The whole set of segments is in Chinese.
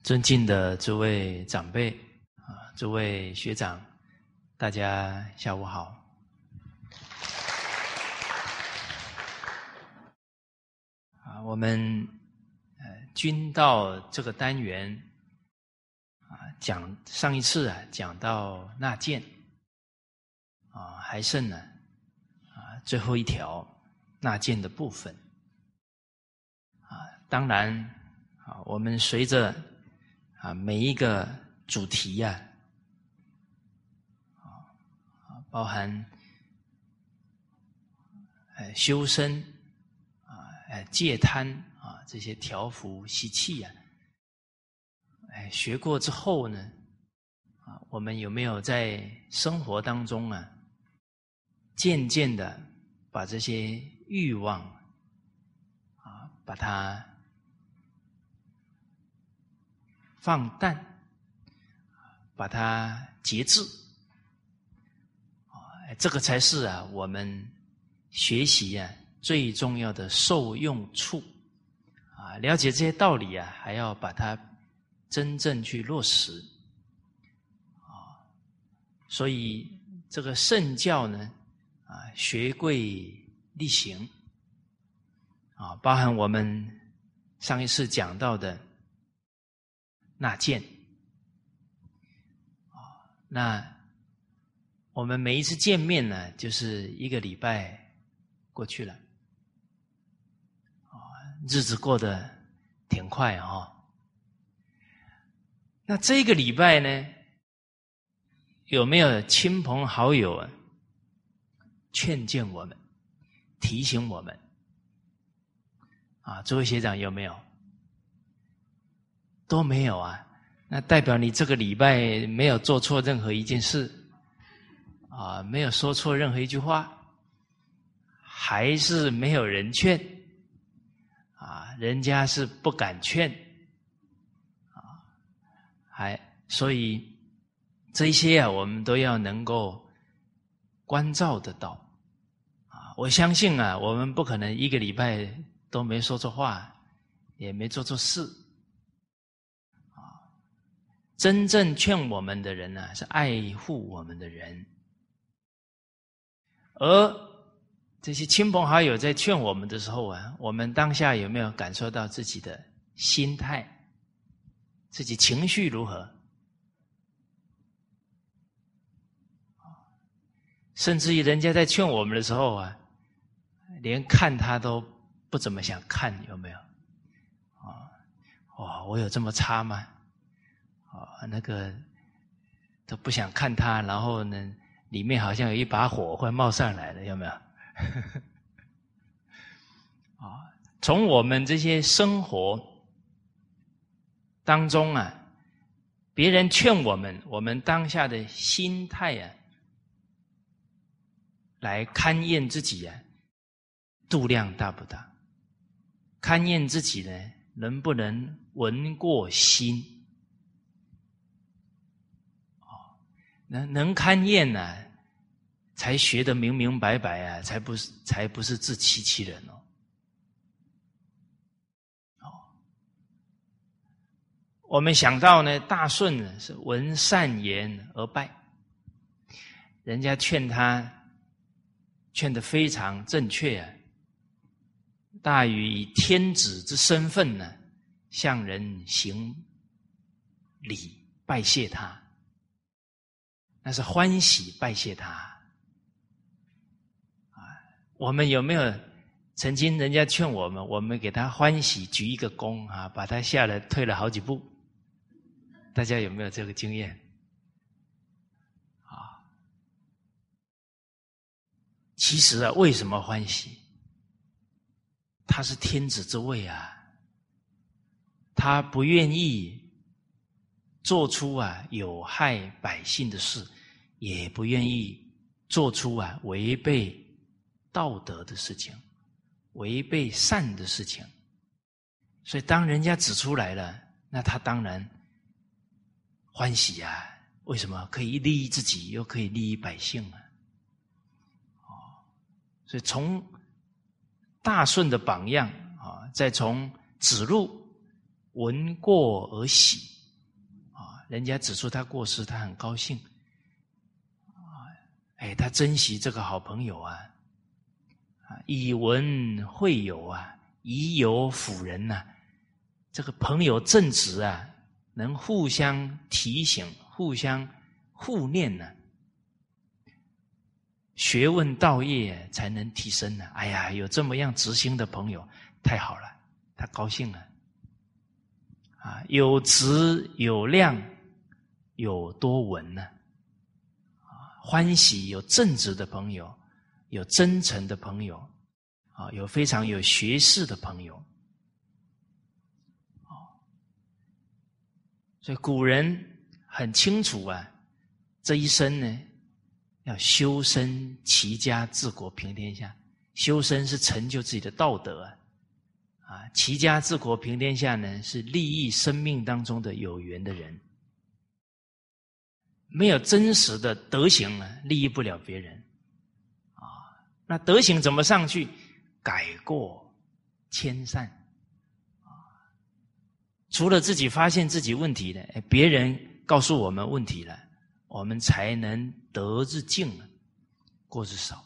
尊敬的诸位长辈啊，诸位学长，大家下午好。我们均到这个单元讲上一次讲到纳谏还剩呢最后一条纳谏的部分当然我们随着每一个主题包含修身戒贪这些调伏习气学过之后呢我们有没有在生活当中渐渐的把这些欲望把它放淡，把它节制这个才是我们学习最重要的受用处了解这些道理还要把它真正去落实所以这个圣教呢学贵力行包含我们上一次讲到的纳谏那我们每一次见面呢就是一个礼拜过去了日子过得挺快那这个礼拜呢有没有亲朋好友劝谏我们提醒我们诸位学长有没有？都没有那代表你这个礼拜没有做错任何一件事没有说错任何一句话，还是没有人劝人家是不敢劝所以这些我们都要能够关照得到我相信我们不可能一个礼拜都没说错话，也没做错事真正劝我们的人是爱护我们的人，而这些亲朋好友在劝我们的时候我们当下有没有感受到自己的心态，自己情绪如何？甚至于人家在劝我们的时候连看他都不怎么想看，有没有？我有这么差吗？那个都不想看他，然后呢，里面好像有一把火会冒上来了，有没有？从我们这些生活当中别人劝我们，我们当下的心态来勘验自己度量大不大？勘验自己呢，能不能闻过心？能勘验才学得明明白白才不是自欺欺人我们想到呢，大顺是闻善言而拜，人家劝他劝得非常正确大禹以天子之身份向人行礼拜谢他，那是欢喜拜谢他我们有没有曾经人家劝我们，我们给他欢喜鞠一个躬把他吓得退了好几步？大家有没有这个经验其实为什么欢喜？他是天子之位他不愿意做出有害百姓的事，也不愿意做出违背道德的事情，违背善的事情。所以当人家指出来了，那他当然欢喜为什么？可以利益自己，又可以利益百姓所以从大顺的榜样再从子路闻过而喜人家指出他过失，他很高兴。他珍惜这个好朋友啊，以文会友啊，以友辅仁啊，这个朋友正直啊，能互相提醒，互相互念呢，学问道业才能提升呢。哎呀，有这么样直心的朋友，太好了，他高兴了。有直有量有多闻呢，欢喜有正直的朋友，有真诚的朋友，有非常有学识的朋友。所以古人很清楚啊，这一生呢，要修身齐家治国平天下。修身是成就自己的道德齐家治国平天下呢，是利益生命当中的有缘的人。没有真实的德行利益不了别人那德行怎么上去？改过迁善除了自己发现自己问题的，别人告诉我们问题了，我们才能得日进过日少。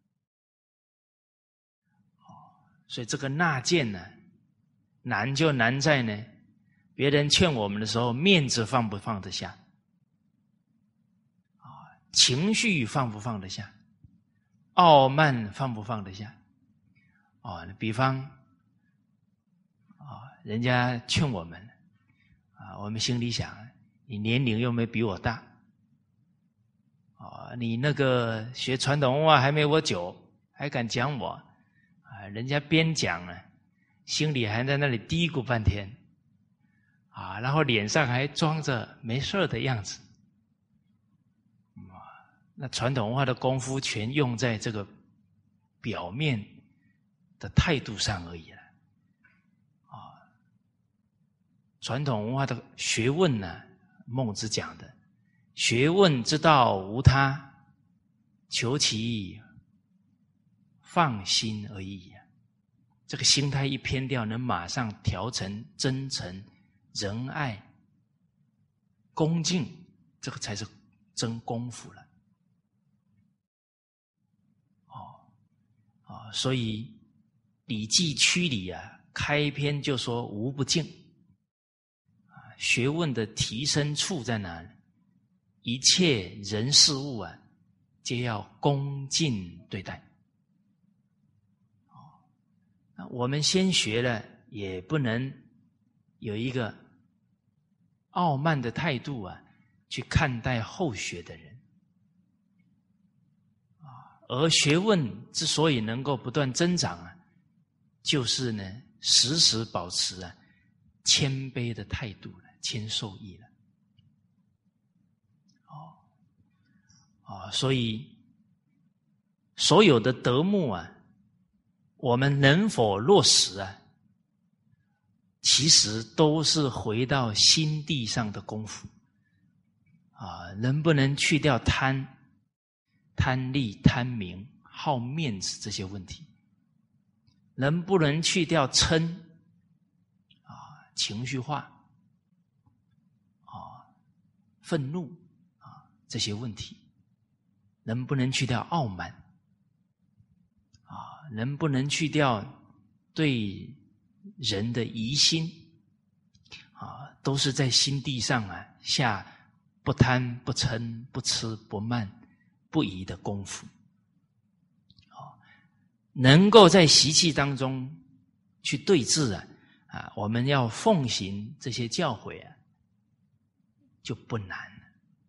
所以这个纳谏呢，难就难在呢，别人劝我们的时候，面子放不放得下，情绪放不放得下，傲慢放不放得下。比方人家劝我们我们心里想，你年龄又没比我大你那个学传统文化还没我久，还敢讲我人家边讲心里还在那里嘀咕半天然后脸上还装着没事的样子那传统文化的功夫全用在这个表面的态度上而已了传统文化的学问呢，孟子讲的学问之道无他，求其放心而已这个心态一偏掉，能马上调成真诚、仁爱、恭敬，这个才是真功夫了。所以《礼记·曲礼》开篇就说无不敬。学问的提升处在哪里？一切人事物皆要恭敬对待。我们先学了，也不能有一个傲慢的态度去看待后学的人。而学问之所以能够不断增长就是呢，时时保持谦卑的态度了，谦受益了。所以所有的德目我们能否落实其实都是回到心地上的功夫能不能去掉贪利、贪名、好面子这些问题？能不能去掉嗔情绪化愤怒这些问题？能不能去掉傲慢能不能去掉对人的疑心都是在心地上下不贪不嗔不痴不慢不疑的功夫能够在习气当中去对治我们要奉行这些教诲就不难了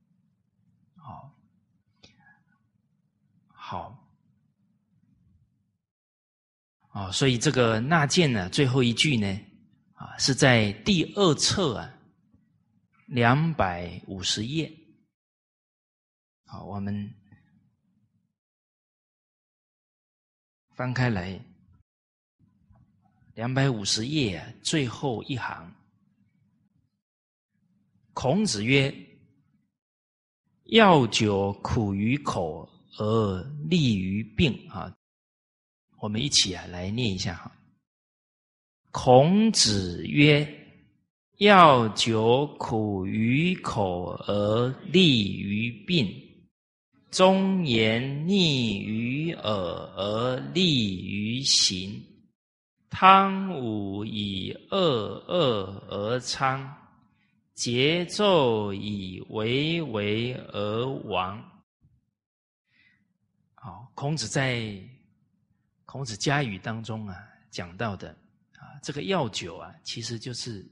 好所以这个纳谏呢，最后一句呢是在第二册250页。好，我们翻开来250页最后一行，孔子曰：药酒苦于口而利于病我们一起来念一下孔子曰： 药酒苦于口而利于病，忠言逆于耳而利于行。汤武以恶恶而昌，桀纣以为为而亡。好，孔子在孔子家语当中啊讲到的啊，这个药酒啊，其实就是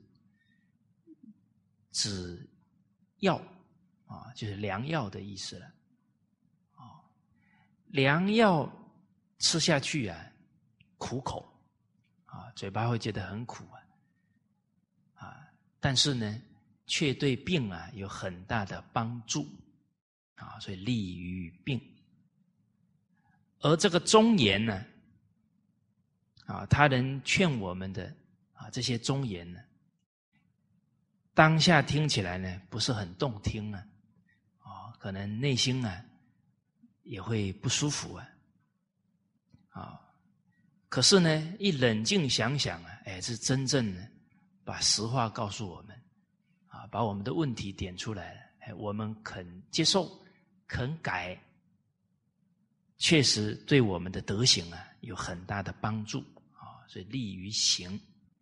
指药啊，就是良药的意思了。啊，良药吃下去啊，苦口啊，嘴巴会觉得很苦啊，但是呢，却对病啊有很大的帮助啊，所以利于病。而这个忠言呢，啊，他人劝我们的啊这些忠言呢，当下听起来呢不是很动听啊，可能内心啊也会不舒服啊，可是呢一冷静想想啊，是真正的把实话告诉我们啊，把我们的问题点出来了，我们肯接受肯改，确实对我们的德行啊有很大的帮助啊，所以利于行。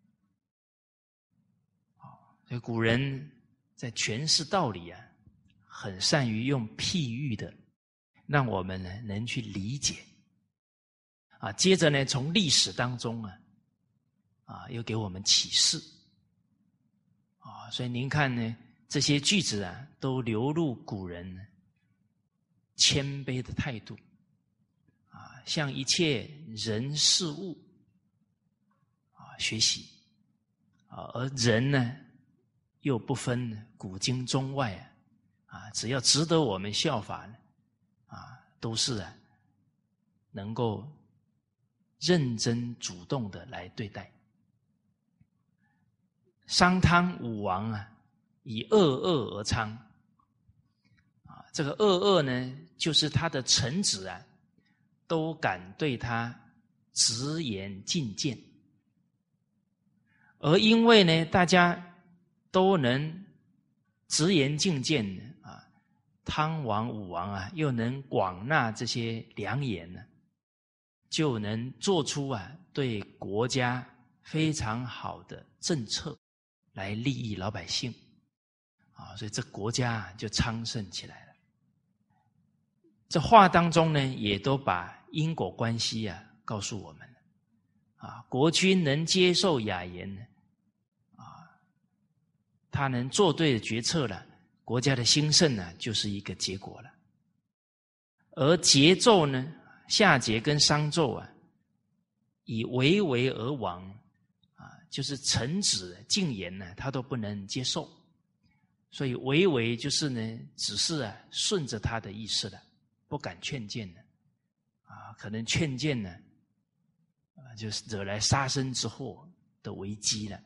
所以古人在诠释道理啊，很善于用譬喻的，让我们呢能去理解啊。接着呢，从历史当中啊又给我们启示啊。所以您看呢，这些句子啊，都流露古人谦卑的态度啊，向一切人事物啊学习啊，而人呢，又不分古今中外啊，只要值得我们效法啊，都是能够认真主动的来对待。商汤武王啊，以恶恶而昌啊，这个恶恶呢，就是他的臣子啊，都敢对他直言进谏，而因为呢，大家都能直言进谏啊，汤王武王啊，又能广纳这些良言呢，就能做出对国家非常好的政策来利益老百姓啊，所以这国家就昌盛起来了。这话当中呢，也都把因果关系告诉我们啊，国君能接受雅言呢，他能做对的决策了，国家的兴盛呢，就是一个结果了。而桀纣呢，夏桀跟商纣以为为而亡啊，就是臣子进言呢，他都不能接受，所以为为就是呢，只是顺着他的意思了，不敢劝谏了啊，可能劝谏呢，就是惹来杀身之祸的危机了。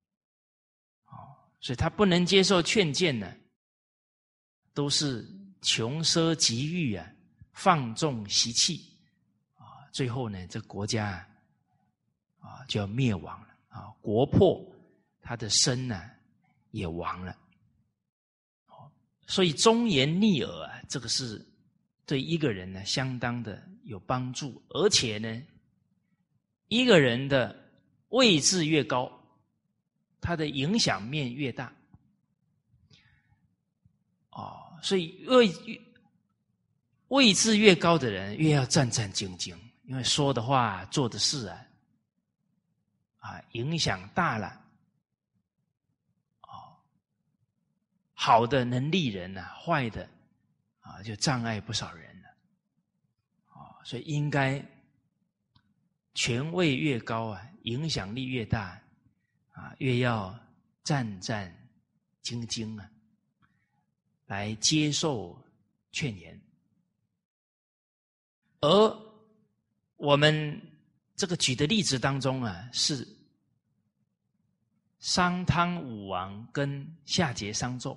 所以他不能接受劝谏呢，都是穷奢极欲放纵习气啊，最后呢，这国家就要灭亡了啊，国破，他的身呢也亡了。所以忠言逆耳这个是对一个人呢相当的有帮助，而且呢，一个人的位置越高，它的影响面越大所以位置越高的人越要战战兢兢，因为说的话做的事影响大了好的能力人坏的就障碍不少人了所以应该权位越高影响力越大越要战战兢兢来接受劝言。而我们这个举的例子当中是商汤武王跟夏桀商纣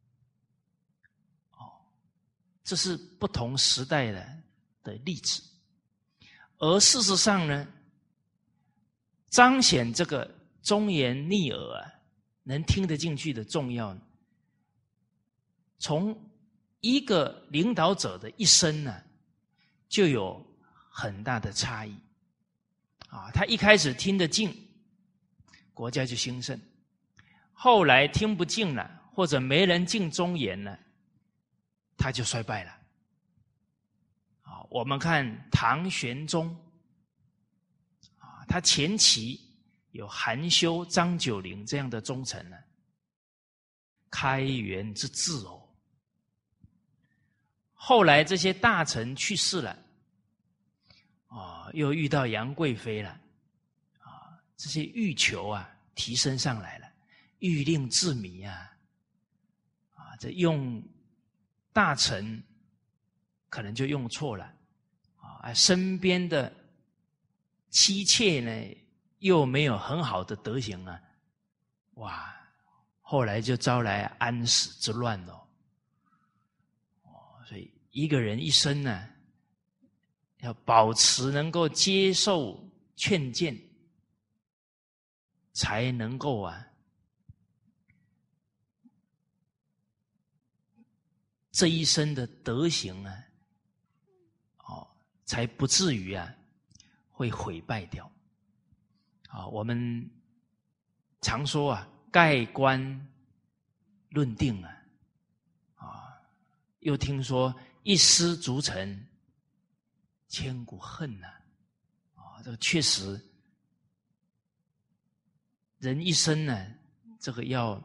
这是不同时代的例子。而事实上呢，彰显这个忠言逆耳能听得进去的重要，从一个领导者的一生呢，就有很大的差异。他一开始听得进，国家就兴盛；后来听不进了，或者没人尽忠言了，他就衰败了。我们看唐玄宗，他前期有韩休、张九龄这样的忠臣呢，开元之治哦。后来这些大臣去世了，又遇到杨贵妃了，这些欲求提升上来了，欲令治民这用大臣可能就用错了，身边的妻妾呢又没有很好的德行后来就招来安史之乱了。所以一个人一生呢，要保持能够接受劝谏，才能够这一生的德行才不至于会毁败掉。我们常说盖棺论定又听说一失足成千古恨这个确实，人一生呢，这个要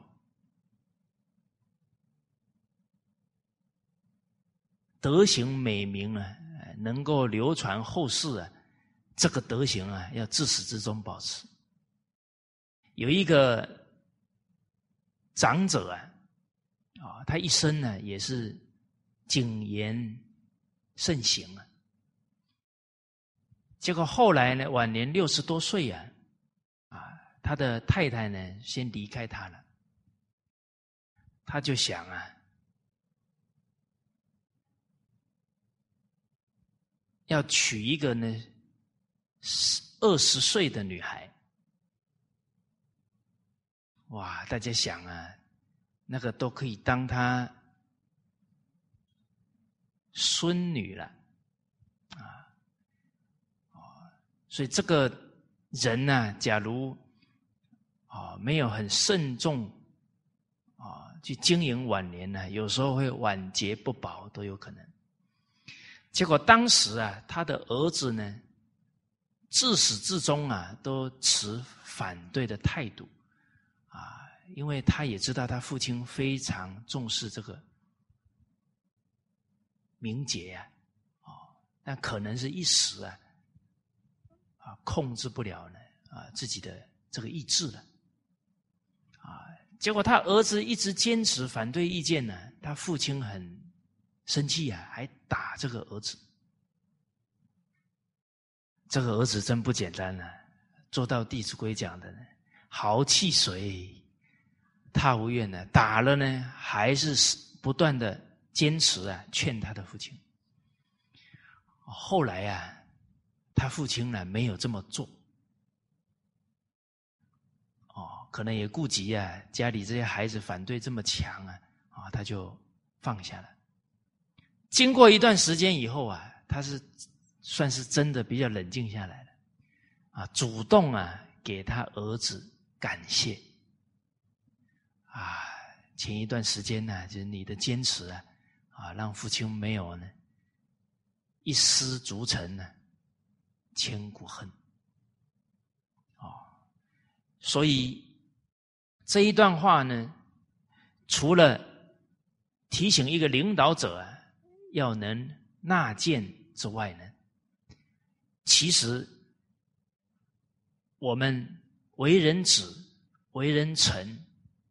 德行美名能够流传后世这个德行要自始至终保持。有一个长者他一生呢也是谨言慎行结果后来呢，晚年60多岁他的太太呢先离开他了，他就想要娶一个呢20岁的女孩。大家想那个都可以当他孙女了所以这个人假如没有很慎重去经营晚年有时候会晚节不保都有可能。结果当时他的儿子呢，自始至终都持反对的态度因为他也知道他父亲非常重视这个名节但可能是一时控制不了呢自己的这个意志了结果他儿子一直坚持反对意见呢，他父亲很生气还打这个儿子。这个儿子真不简单做到《弟子规》讲的豪气随他无怨打了呢还是不断的坚持劝他的父亲。后来他父亲呢没有这么做可能也顾及家里这些孩子反对这么强他就放下了。经过一段时间以后他是算是真的比较冷静下来了主动给他儿子感谢前一段时间呢就是你的坚持让父亲没有呢一失足成千古恨所以这一段话呢，除了提醒一个领导者要能纳谏之外呢，其实我们为人子、为人臣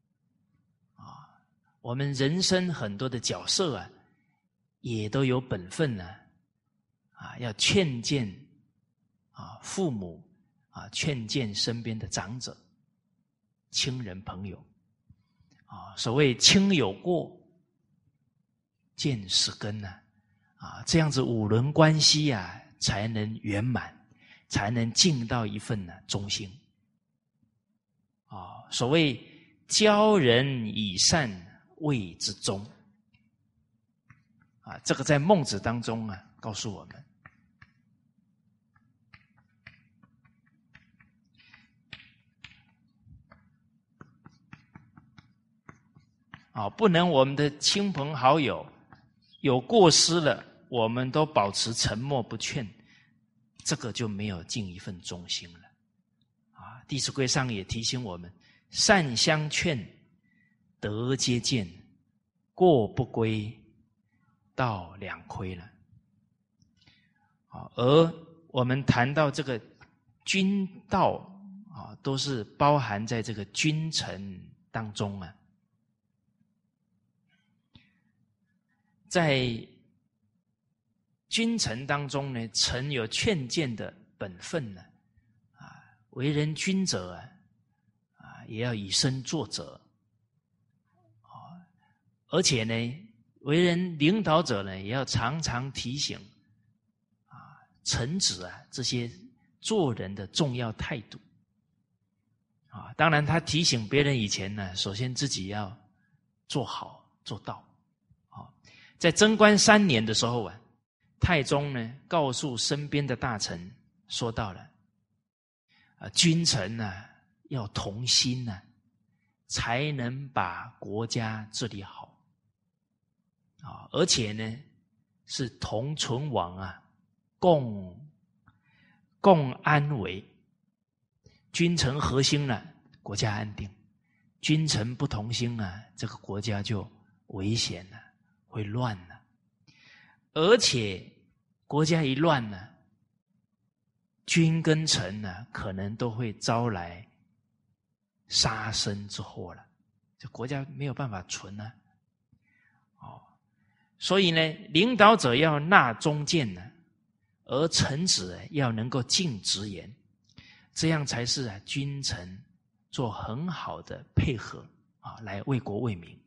我们人生很多的角色也都有本分要劝谏父母劝谏身边的长者、亲人朋友所谓亲有过，见是根这样子五伦关系才能圆满，才能尽到一份忠心所谓教人以善谓之忠。这个在孟子当中告诉我们。不能我们的亲朋好友有过失了，我们都保持沉默不劝，这个就没有尽一份忠心了。《弟子规》上也提醒我们，善相劝，德皆见，过不归，道两亏了。而我们谈到这个君道都是包含在这个君臣当中在君臣当中呢，臣有劝谏的本分呢，为人君者也要以身作则，而且呢，为人领导者呢，也要常常提醒臣子这些做人的重要态度。当然他提醒别人以前呢，首先自己要做好做到。在贞观3年的时候太宗呢告诉身边的大臣说到了君臣要同心才能把国家治理好而且呢是同存亡共安危。君臣合心了，国家安定；君臣不同心这个国家就危险了，会乱了。而且国家一乱君跟臣可能都会招来杀身之祸了，这国家没有办法存所以呢，领导者要纳忠谏而臣子要能够尽直言，这样才是君臣做很好的配合来为国为民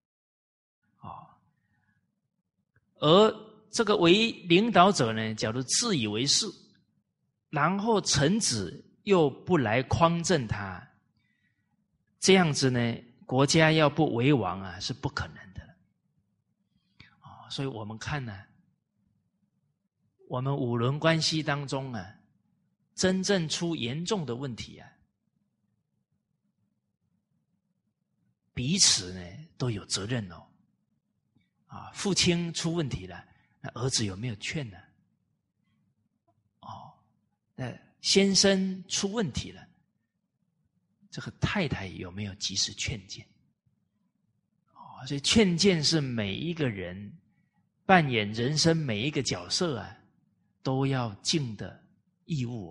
而这个为领导者呢，假如自以为是，然后臣子又不来匡正他，这样子呢，国家要不为王是不可能的了。所以我们看我们五伦关系当中真正出严重的问题彼此呢都有责任父亲出问题了，那儿子有没有劝呢？那先生出问题了，这个太太有没有及时劝谏？所以劝谏是每一个人扮演人生每一个角色都要尽的义务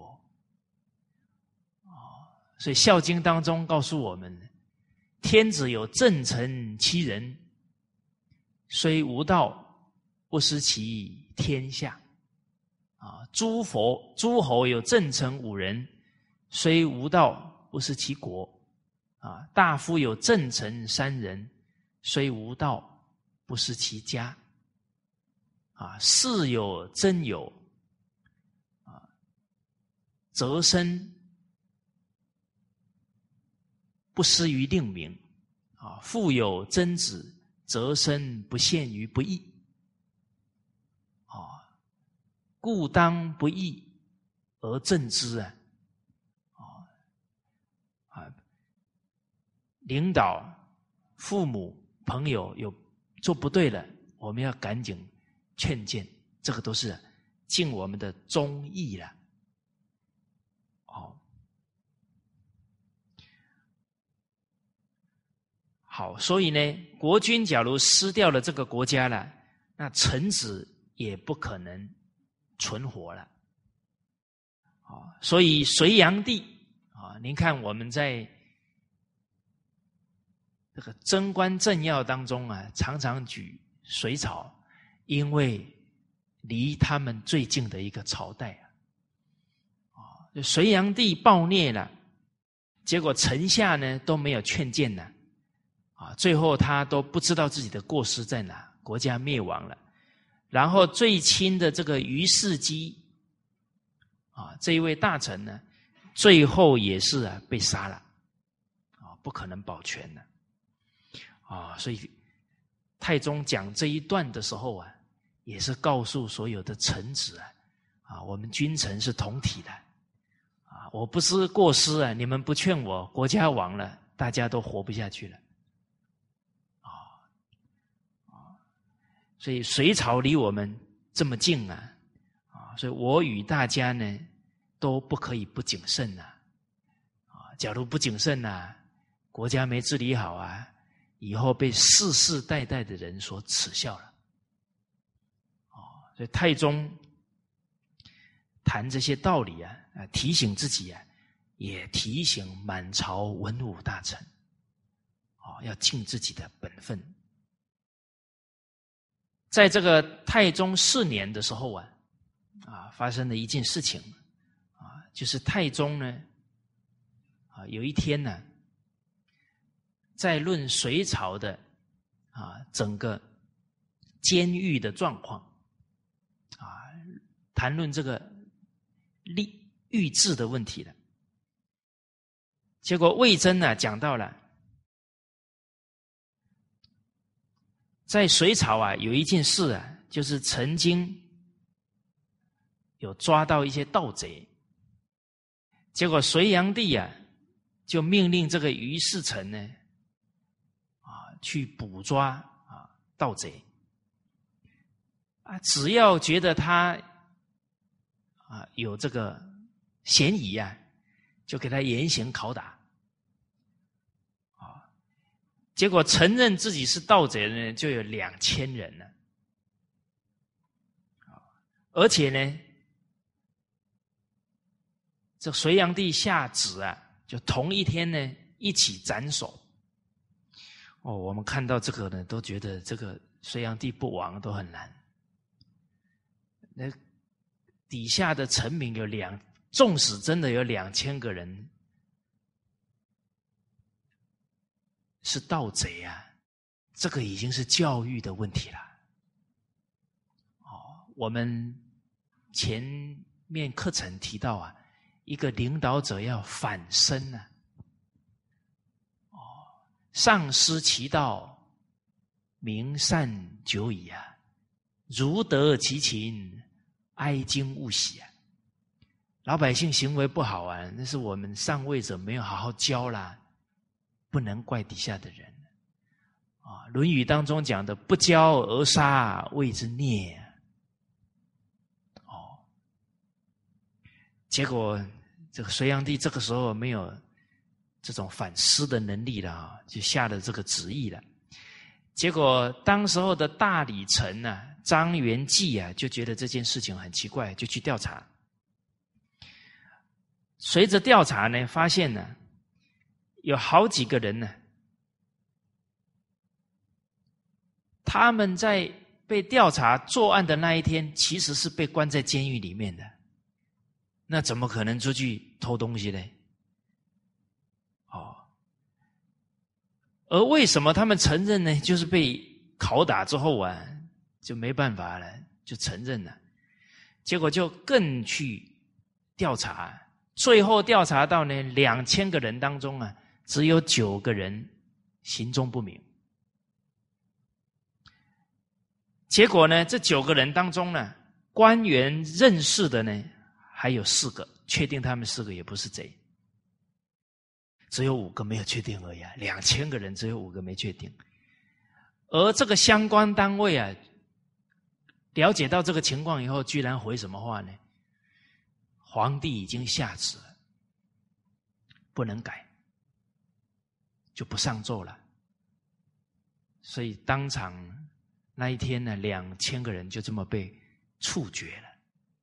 所以《孝经》当中告诉我们，天子有正臣7人，虽无道，不失其天下。诸侯有正臣5人，虽无道，不失其国。大夫有正臣3人，虽无道，不失其家。士有真友，则身不失于令名。父有真子，则身不陷于不义。故当不义而正之领导、父母、朋友有做不对了，我们要赶紧劝谏，这个都是尽我们的忠义了。好，所以呢，国君假如失掉了这个国家了，那臣子也不可能存活了。所以隋炀帝您看我们在这个贞观政要当中常常举隋朝，因为离他们最近的一个朝代隋炀帝暴虐了，结果臣下呢都没有劝谏了最后他都不知道自己的过失在哪，国家灭亡了。然后最亲的这个于世基这一位大臣呢，最后也是被杀了不可能保全的所以太宗讲这一段的时候也是告诉所有的臣子我们君臣是同体的我不是过失你们不劝我，国家亡了，大家都活不下去了所以隋朝离我们这么近所以我与大家呢都不可以不谨慎假如不谨慎国家没治理好以后被世世代代的人所耻笑了所以太宗谈这些道理提醒自己也提醒满朝文武大臣要尽自己的本分。在这个太宗4年的时候发生了一件事情就是太宗呢有一天呢在论隋朝的整个监狱的状况谈论这个狱治的问题了。结果魏征讲到了在隋朝有一件事就是曾经有抓到一些盗贼，结果隋炀帝就命令这个于世成呢去捕抓盗贼只要觉得他有这个嫌疑就给他严刑拷打结果承认自己是盗贼的呢就有2000人了而且呢这隋炀帝下旨就同一天呢一起斩首我们看到这个呢都觉得这个隋炀帝不亡都很难。那底下的臣民纵使真的有2000个人是盗贼这个已经是教育的问题了我们前面课程提到一个领导者要反身上失其道，民善久矣如得其情，哀矜勿喜老百姓行为不好那是我们上位者没有好好教啦，不能怪底下的人论语当中讲的不教而杀谓之孽结果这个隋炀帝这个时候没有这种反思的能力了就下了这个旨意了。结果当时候的大理丞张元济就觉得这件事情很奇怪，就去调查。随着调查呢，发现有好几个人他们在被调查作案的那一天其实是被关在监狱里面的，那怎么可能出去偷东西呢？而为什么他们承认呢？就是被拷打之后就没办法了，就承认了。结果就更去调查，最后调查到呢2000个人当中只有9个人行踪不明。结果呢这9个人当中官员认识的呢还有4个，确定他们4个也不是贼。只有5个没有确定而已2000个人只有5个没确定。而这个相关单位了解到这个情况以后，居然回什么话呢？皇帝已经下旨了，不能改，就不上奏了。所以当场那一天2000个人就这么被处决了。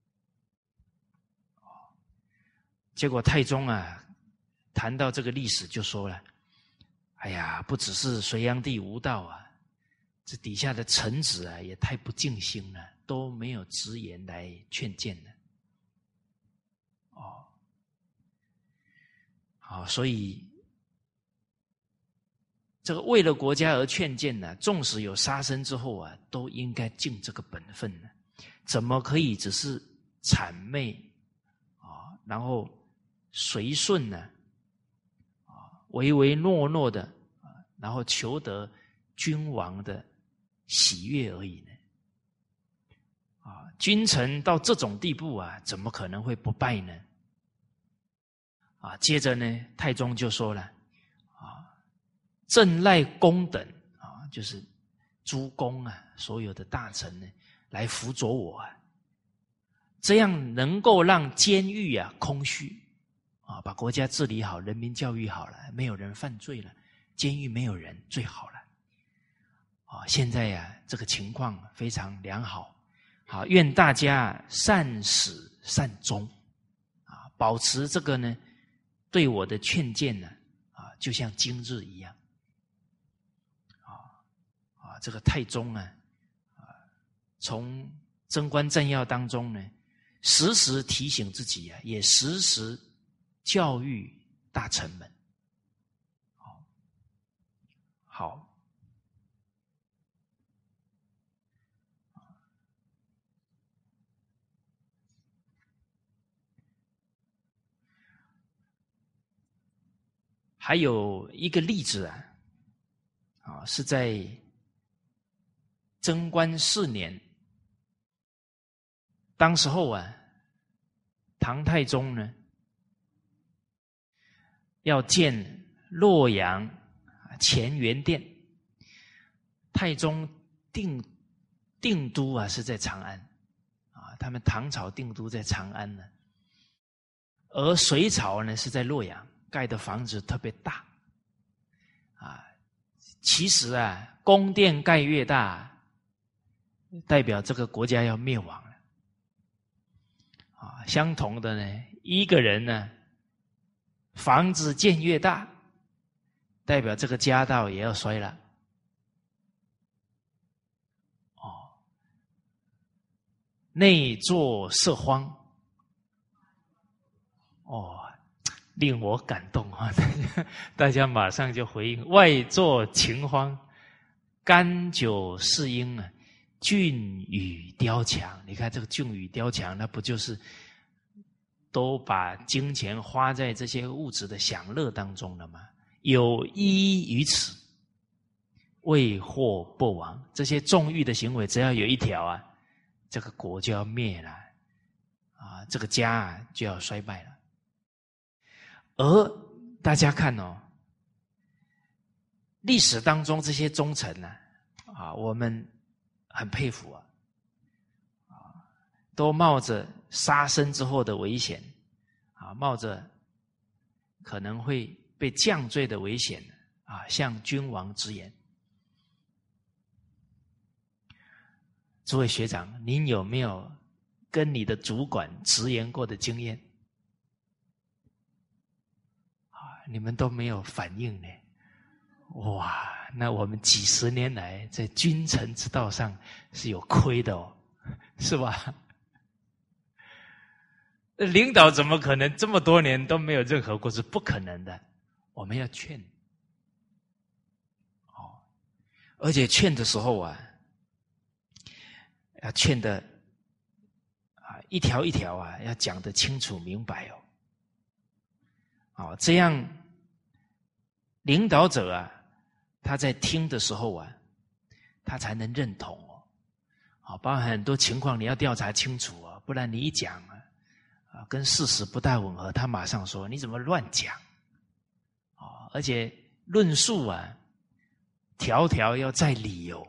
结果太宗谈到这个历史就说了，哎呀，不只是隋炀帝无道这底下的臣子也太不尽心了，都没有直言来劝谏了。所以这个为了国家而劝谏纵使有杀身之后都应该尽这个本分怎么可以只是谄媚然后随顺唯唯诺诺的，然后求得君王的喜悦而已呢？君臣到这种地步啊，怎么可能会不败呢？接着呢，太宗就说了，朕赖公等就是诸公所有的大臣呢，来辅佐我这样能够让监狱空虚把国家治理好，人民教育好了，没有人犯罪了，监狱没有人最好了现在这个情况非常良好愿大家善始善终保持这个呢对我的劝谏呢就像今日一样这个太宗从贞观政要当中呢，时时提醒自己也时时教育大臣们。好，还有一个例子是在贞观4年，当时候唐太宗呢要建洛阳乾元殿，太宗定都是在长安他们唐朝定都在长安呢，而隋朝呢是在洛阳，盖的房子特别大其实宫殿盖越大，代表这个国家要灭亡了相同的呢，一个人呢房子建越大，代表这个家道也要衰了内作色荒令我感动大家马上就回应，外作秦荒，甘酒侍应峻宇雕墙。你看这个峻宇雕墙，那不就是都把金钱花在这些物质的享乐当中了吗？有依于此，未获不亡。这些纵欲的行为，只要有一条这个国就要灭了这个家就要衰败了。而大家看历史当中这些忠臣我们很佩服都冒着杀身之后的危险冒着可能会被降罪的危险向君王直言。诸位学长，您有没有跟你的主管直言过的经验？你们都没有反应呢，哇！那我们几十年来在君臣之道上是有亏的是吧？领导怎么可能这么多年都没有任何过失？不可能的。我们要劝而且劝的时候要劝的一条一条要讲得清楚明白这样领导者他在听的时候他才能认同包含很多情况你要调查清楚不然你一讲跟事实不大吻合，他马上说你怎么乱讲而且论述条条要载理由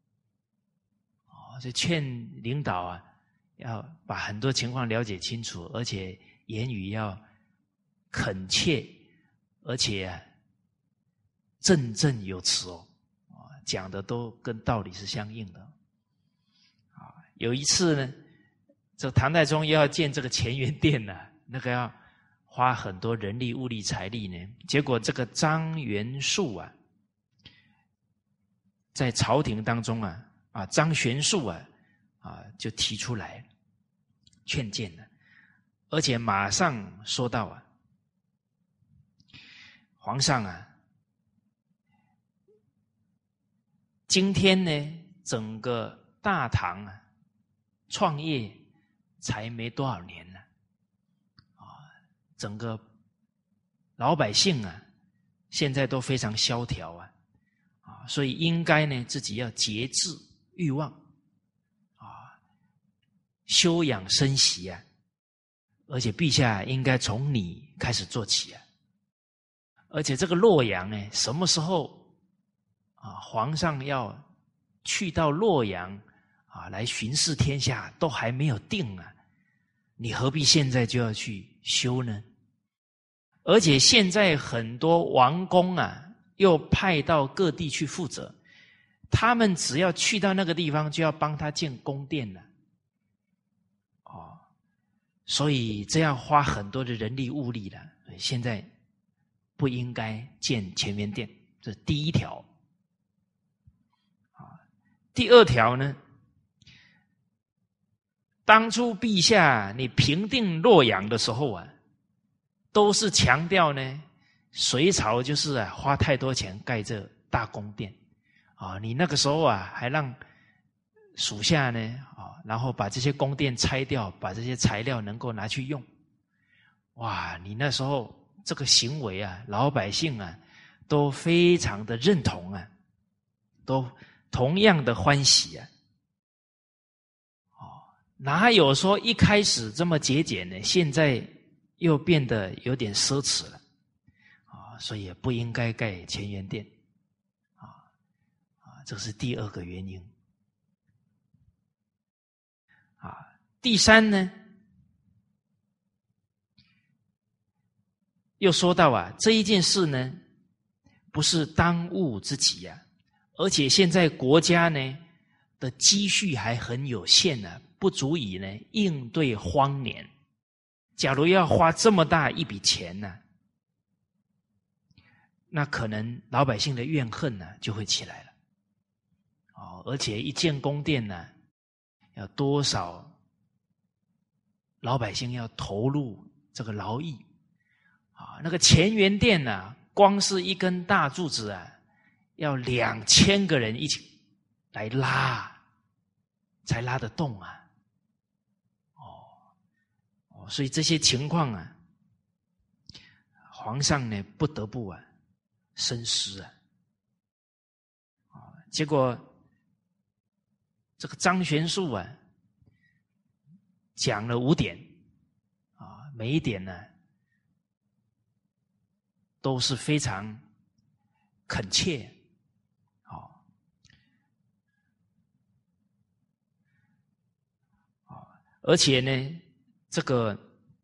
所以劝领导要把很多情况了解清楚，而且言语要恳切，而且振振有词讲的都跟道理是相应的有一次呢，这唐太宗要建这个乾元殿那个要花很多人力物力财力呢，结果这个张元肃在朝廷当中张玄肃就提出来劝谏了，而且马上说到皇上今天呢整个大唐创业才没多少年呢整个老百姓现在都非常萧条啊，所以应该呢自己要节制欲望啊，休养生息啊，而且陛下应该从你开始做起啊。而且这个洛阳呢，什么时候皇上要去到洛阳来巡视天下，都还没有定啊，你何必现在就要去修呢？而且现在很多王公又派到各地去负责，他们只要去到那个地方，就要帮他建宫殿了。所以这样花很多的人力物力了。现在不应该建乾元殿，这是第一条。第二条呢，当初陛下你平定洛阳的时候都是强调呢，隋朝就是花太多钱盖这大宫殿你那个时候还让属下呢然后把这些宫殿拆掉，把这些材料能够拿去用。哇，你那时候这个行为老百姓都非常的认同都同样的欢喜哪有说一开始这么节俭呢？现在又变得有点奢侈了所以也不应该盖乾元殿这是第二个原因第三呢，又说到这一件事呢，不是当务之急而且现在国家呢的积蓄还很有限不足以呢应对荒年。假如要花这么大一笔钱那可能老百姓的怨恨就会起来了而且一建宫殿要多少老百姓要投入这个劳役那个乾元殿光是一根大柱子要2000个人一起来拉才拉得动所以这些情况皇上呢不得不深思结果这个张玄素讲了5点每一点呢都是非常恳切而且呢这个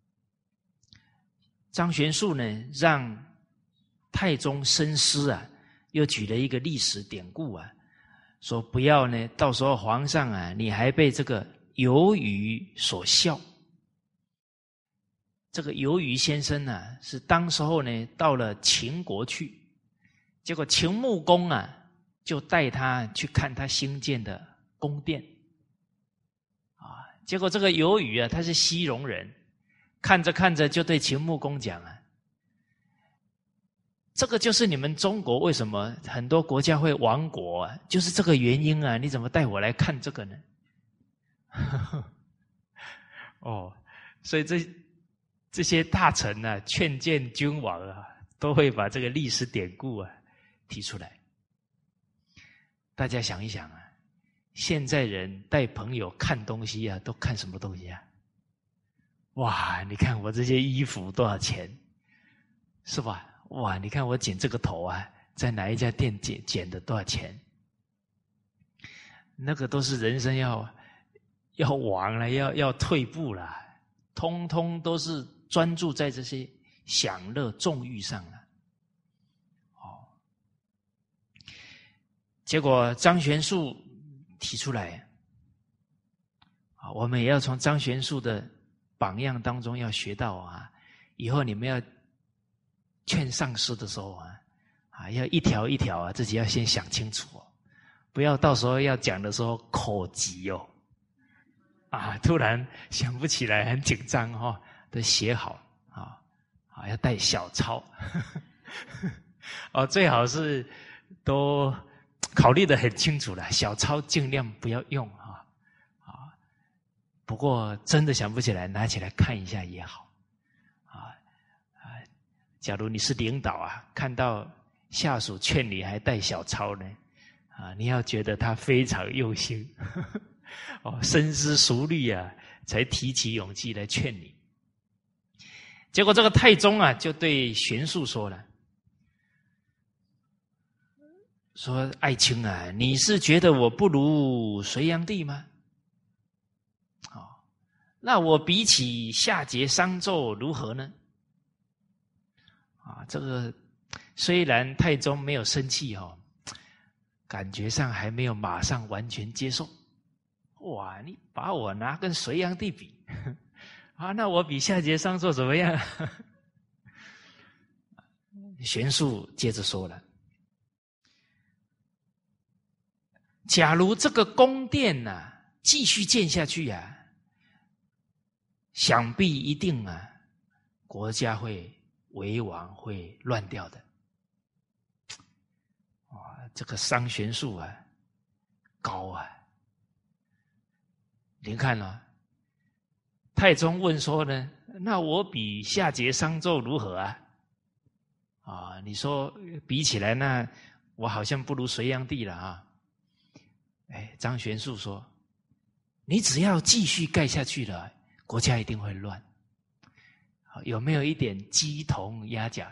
张玄素呢让太宗深思又举了一个历史典故说不要呢到时候皇上你还被这个游鱼所笑。这个游鱼先生是当时候呢到了秦国去，结果秦穆公就带他去看他新建的宫殿结果这个游鱼他是西戎人，看着看着就对秦穆公讲这个就是你们中国为什么很多国家会亡国就是这个原因你怎么带我来看这个呢？所以这些大臣劝谏君王都会把这个历史典故提出来。大家想一想现在人带朋友看东西都看什么东西哇，你看我这些衣服多少钱，是吧？哇，你看我剪这个头在哪一家店剪的多少钱？那个都是人生要亡了，要退步了，通通都是专注在这些享乐纵欲上了。结果张玄素提出来我们也要从张玄素的榜样当中要学到以后你们要劝上司的时候要一条一条自己要先想清楚不要到时候要讲的时候口急突然想不起来很紧张都写好要带小抄最好是都考虑得很清楚了，小抄尽量不要用不过真的想不起来拿起来看一下也好假如你是领导啊，看到下属劝你还带小抄呢，你要觉得他非常用心，深思熟虑啊，才提起勇气来劝你。结果这个太宗啊，就对玄素说了，说爱卿啊，你是觉得我不如隋炀帝吗？那我比起夏桀、商纣如何呢？这个虽然太宗没有生气感觉上还没有马上完全接受。哇，你把我拿跟隋炀帝比那我比夏桀、商纣怎么样？玄素接着说了，假如这个宫殿继续建下去想必一定国家会危亡，会乱掉的。这个商玄素高您看太宗问说呢，那我比夏桀、商纣如何你说比起来，那我好像不如隋炀帝了张玄素说，你只要继续盖下去了，国家一定会乱。有没有一点鸡同鸭讲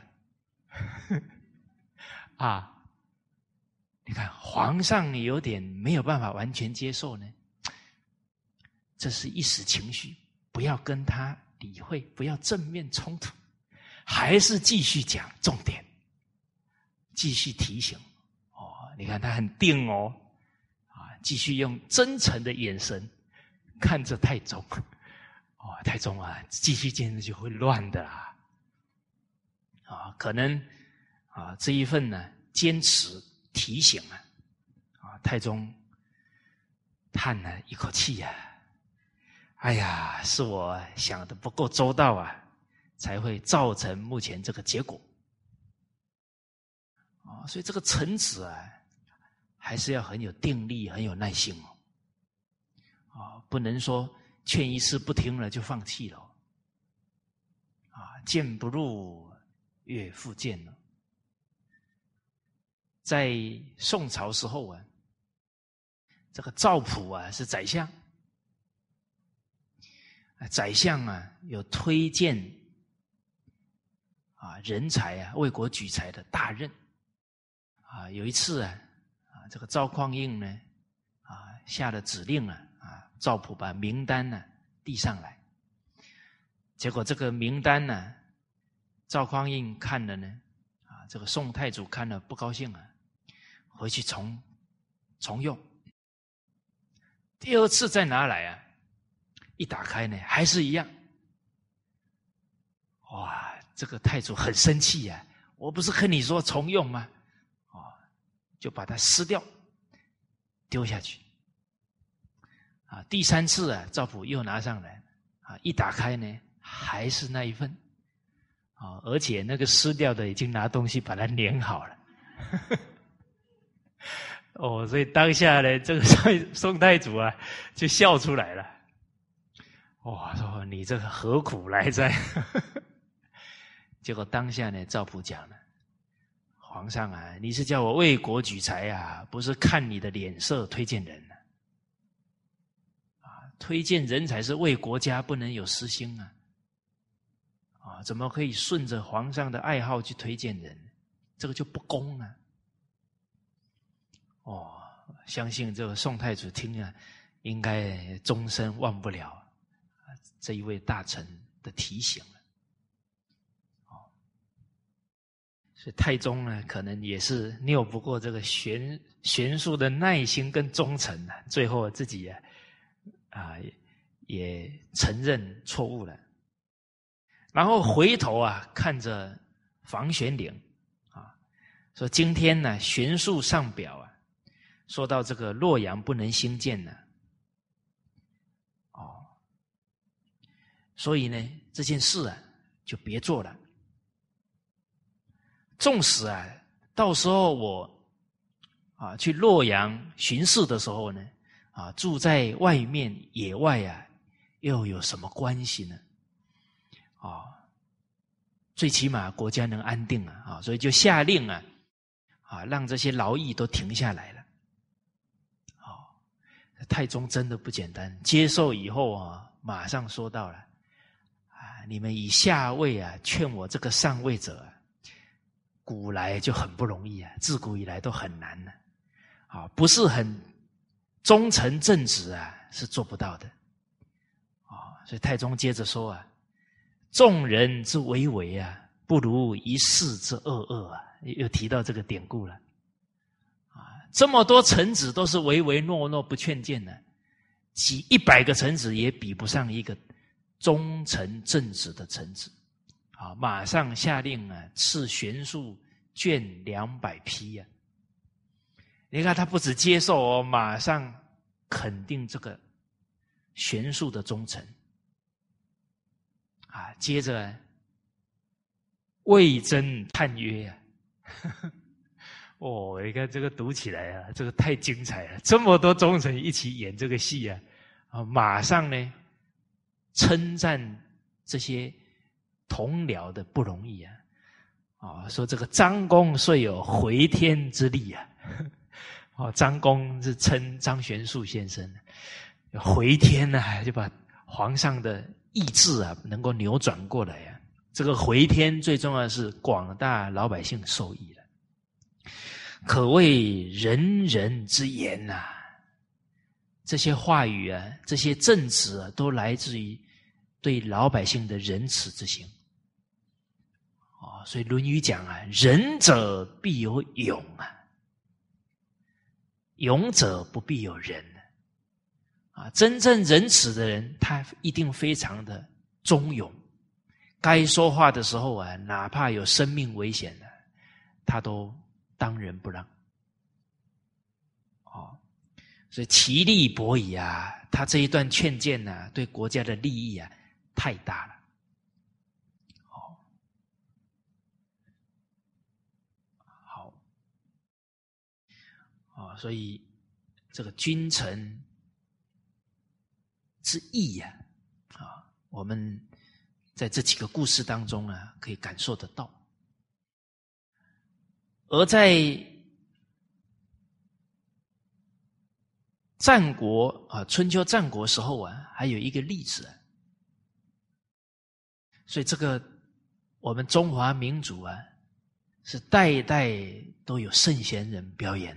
你看皇上有点没有办法完全接受呢，这是一时情绪，不要跟他理会，不要正面冲突，还是继续讲重点，继续提醒你看他很定继续用真诚的眼神看着太宗太宗继续坚持就会乱的可能这一份坚持提醒太宗叹了一口气哎呀，是我想的不够周到才会造成目前这个结果所以这个臣子还是要很有定力，很有耐心不能说劝一次不听了就放弃了谏不入悦复谏了。在宋朝时候这个赵普是宰相，宰相有推荐人才为国举才的大任有一次这个赵匡胤呢下了指令赵普把名单递上来，结果这个名单赵匡胤看了呢这个宋太祖看了不高兴回去重用。第二次再拿来一打开呢还是一样。哇，这个太祖很生气我不是跟你说重用吗？就把它撕掉丢下去第三次赵普又拿上来一打开呢还是那一份而且那个撕掉的已经拿东西把它粘好了所以当下呢这个宋太祖就笑出来了说你这个何苦来哉结果当下呢赵普讲了，皇上你是叫我为国举才不是看你的脸色推荐人推荐人才是为国家，不能有私心怎么可以顺着皇上的爱好去推荐人？这个就不公相信这个宋太祖听应该终身忘不了这一位大臣的提醒所以太宗呢，可能也是拗不过这个玄素的耐心跟忠诚最后自己也承认错误了，然后回头看着房玄龄说今天呢玄素上表说到这个洛阳不能兴建所以呢这件事就别做了。纵使到时候我去洛阳巡视的时候呢住在外面野外又有什么关系呢最起码国家能安定所以就下令让这些劳役都停下来了。太宗真的不简单，接受以后马上说到了你们以下位劝我这个上位者古来就很不容易自古以来都很难不是很忠诚正直是做不到的所以太宗接着说众人之为为不如一士之恶恶又提到这个典故了这么多臣子都是唯唯诺诺不劝谏的，几100个臣子也比不上一个忠诚正直的臣子马上下令赐玄术卷200匹你看他不只接受马上肯定这个玄术的忠诚接着魏征叹曰你看这个读起来这个太精彩了，这么多忠臣一起演这个戏马上呢称赞这些同僚的不容易说这个张公虽有回天之力张公是称张玄术先生回天就把皇上的意志能够扭转过来这个回天最重要的是广大老百姓受益了，可谓人人之言这些话语这些证词都来自于对老百姓的仁慈之心所以《论语》讲仁者必有勇勇者不必有仁真正仁慈的人他一定非常的忠勇，该说话的时候哪怕有生命危险他都当仁不让所以其利薄矣他这一段劝谏对国家的利益太大了好所以这个君臣之义我们在这几个故事当中可以感受得到。而在战国春秋战国时候还有一个例子所以这个我们中华民族是代代都有圣贤人表演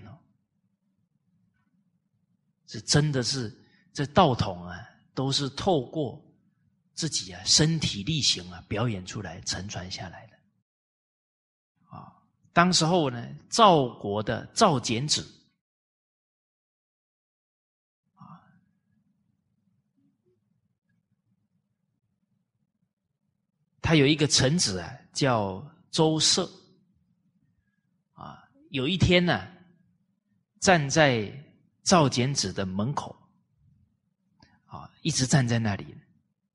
是真的是这道统都是透过自己身体力行表演出来承传下来的当时候呢赵国的赵简子他有一个臣子叫周涉有一天站在赵简子的门口一直站在那里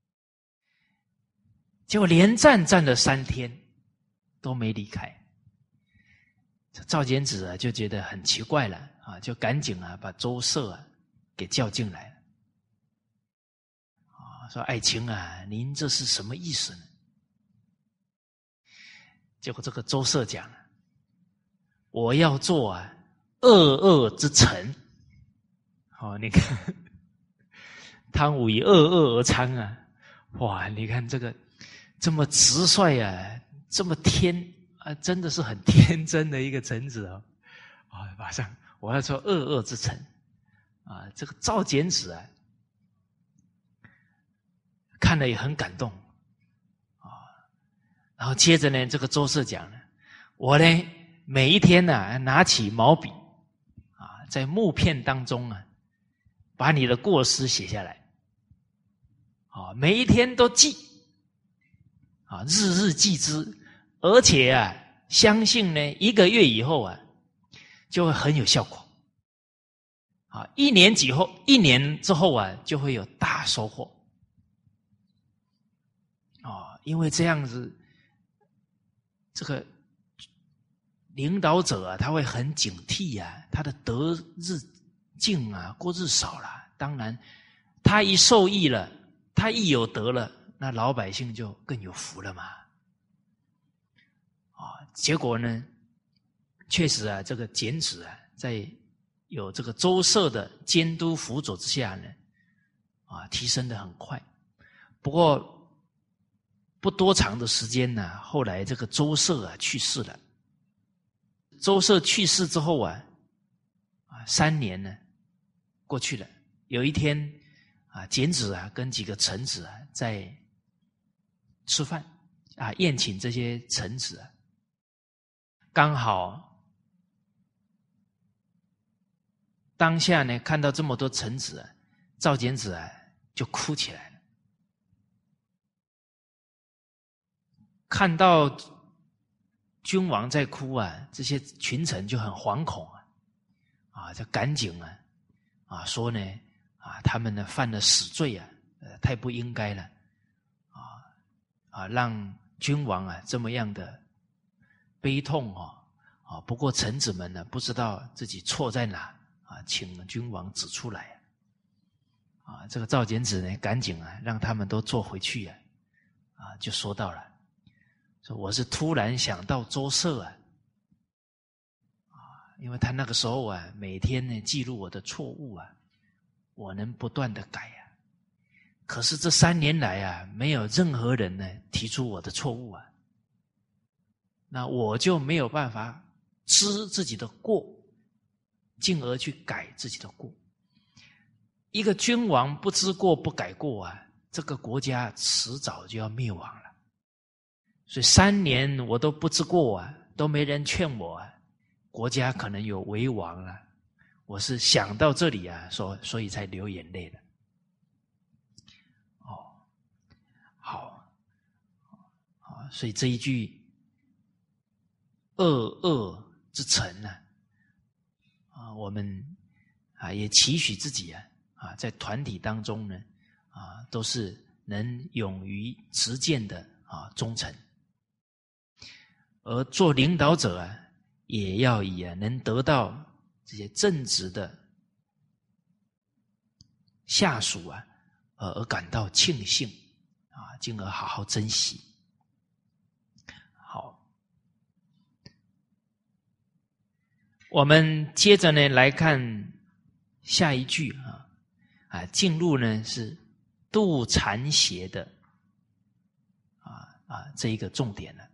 结果连站了3天都没离开赵简子就觉得很奇怪了就赶紧把周涉给叫进来了说爱卿您这是什么意思呢？结果这个周涉讲我要做恶恶之臣你看汤武以恶恶而昌哇你看这个这么直率这么真的是很天真的一个臣子马上我要做恶恶之臣这个赵简子看了也很感动然后接着呢这个周涉讲我呢每一天拿起毛笔在木片当中把你的过失写下来每一天都记日日记之，而且相信呢1个月以后就会很有效果1年之后就会有大收获因为这样子这个领导者他会很警惕他的得日进过日少了当然他一受益了他一有得了那老百姓就更有福了嘛结果呢，确实啊，这个剪纸啊，在有这个周舍的监督辅佐之下呢，提升得很快。不过不多长的时间呢，后来这个周舍啊去世了。周舍去世之后3年呢过去了。有一天剪纸啊跟几个臣子在吃饭宴请这些臣子刚好当下呢看到这么多臣子赵剪纸就哭起来了。看到君王在哭这些群臣就很惶恐就赶紧说呢他们呢犯了死罪太不应该了让君王这么样的悲痛不过臣子们呢不知道自己错在哪请君王指出来这个赵简子呢赶紧让他们都坐回去就说到了，说我是突然想到周舍因为他那个时候每天呢记录我的错误我能不断的改可是这3年来没有任何人呢提出我的错误那我就没有办法知自己的过，进而去改自己的过。一个君王不知过不改过这个国家迟早就要灭亡了。所以3年我都不知过都没人劝我国家可能有危亡了。我是想到这里所以才流眼泪的。好，所以这一句恶之臣我们也期许自己在团体当中呢都是能勇于直谏的忠臣，而做领导者也要以能得到这些正直的下属而感到庆幸进而好好珍惜。好，我们接着呢来看下一句进入呢是杜禅邪的这一个重点了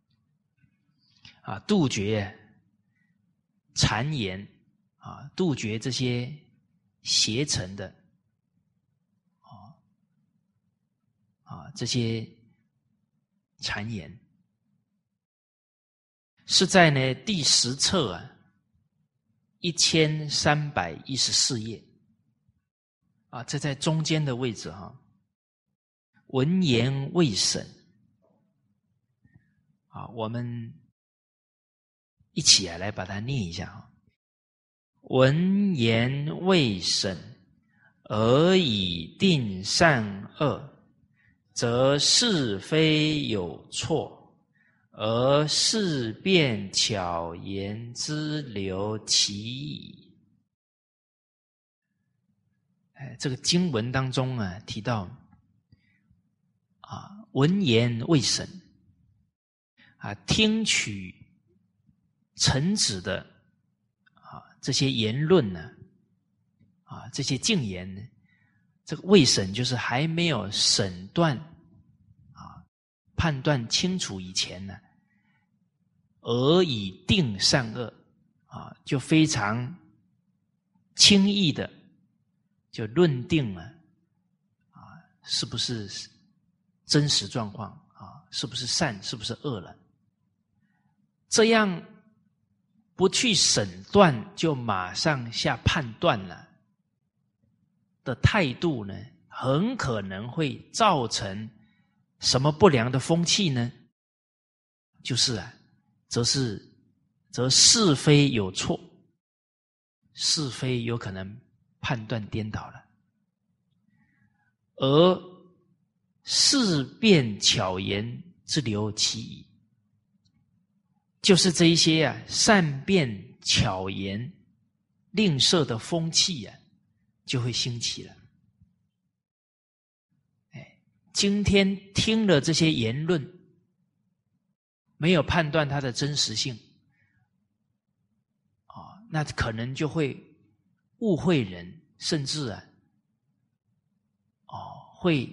杜绝谗言杜绝这些邪臣的这些谗言，是在呢第10册1314页这在中间的位置文言未审我们一起来把它念一下文言未审，而以定善恶，则是非有错，而事变巧言之流其矣。这个经文当中提到文言未审听取臣子的这些言论呢这些进言呢，这个未审就是还没有审断判断清楚以前呢，而以定善恶就非常轻易的就论定了是不是真实状况是不是善是不是恶了。这样不去审断就马上下判断了的态度呢，很可能会造成什么不良的风气呢？就是则是非有错，是非有可能判断颠倒了，而事变巧言之流其矣，就是这一些善变巧言吝啬的风气就会兴起了。今天听了这些言论没有判断它的真实性，那可能就会误会人，甚至会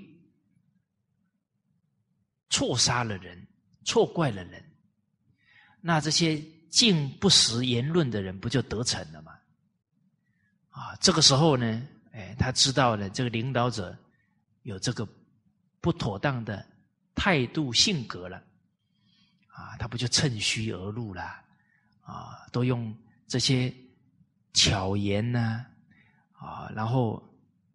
错杀了人，错怪了人。那这些尽不实言论的人不就得逞了吗？这个时候呢，他知道了这个领导者有这个不妥当的态度性格了，他不就趁虚而入了？都用这些巧言呢，然后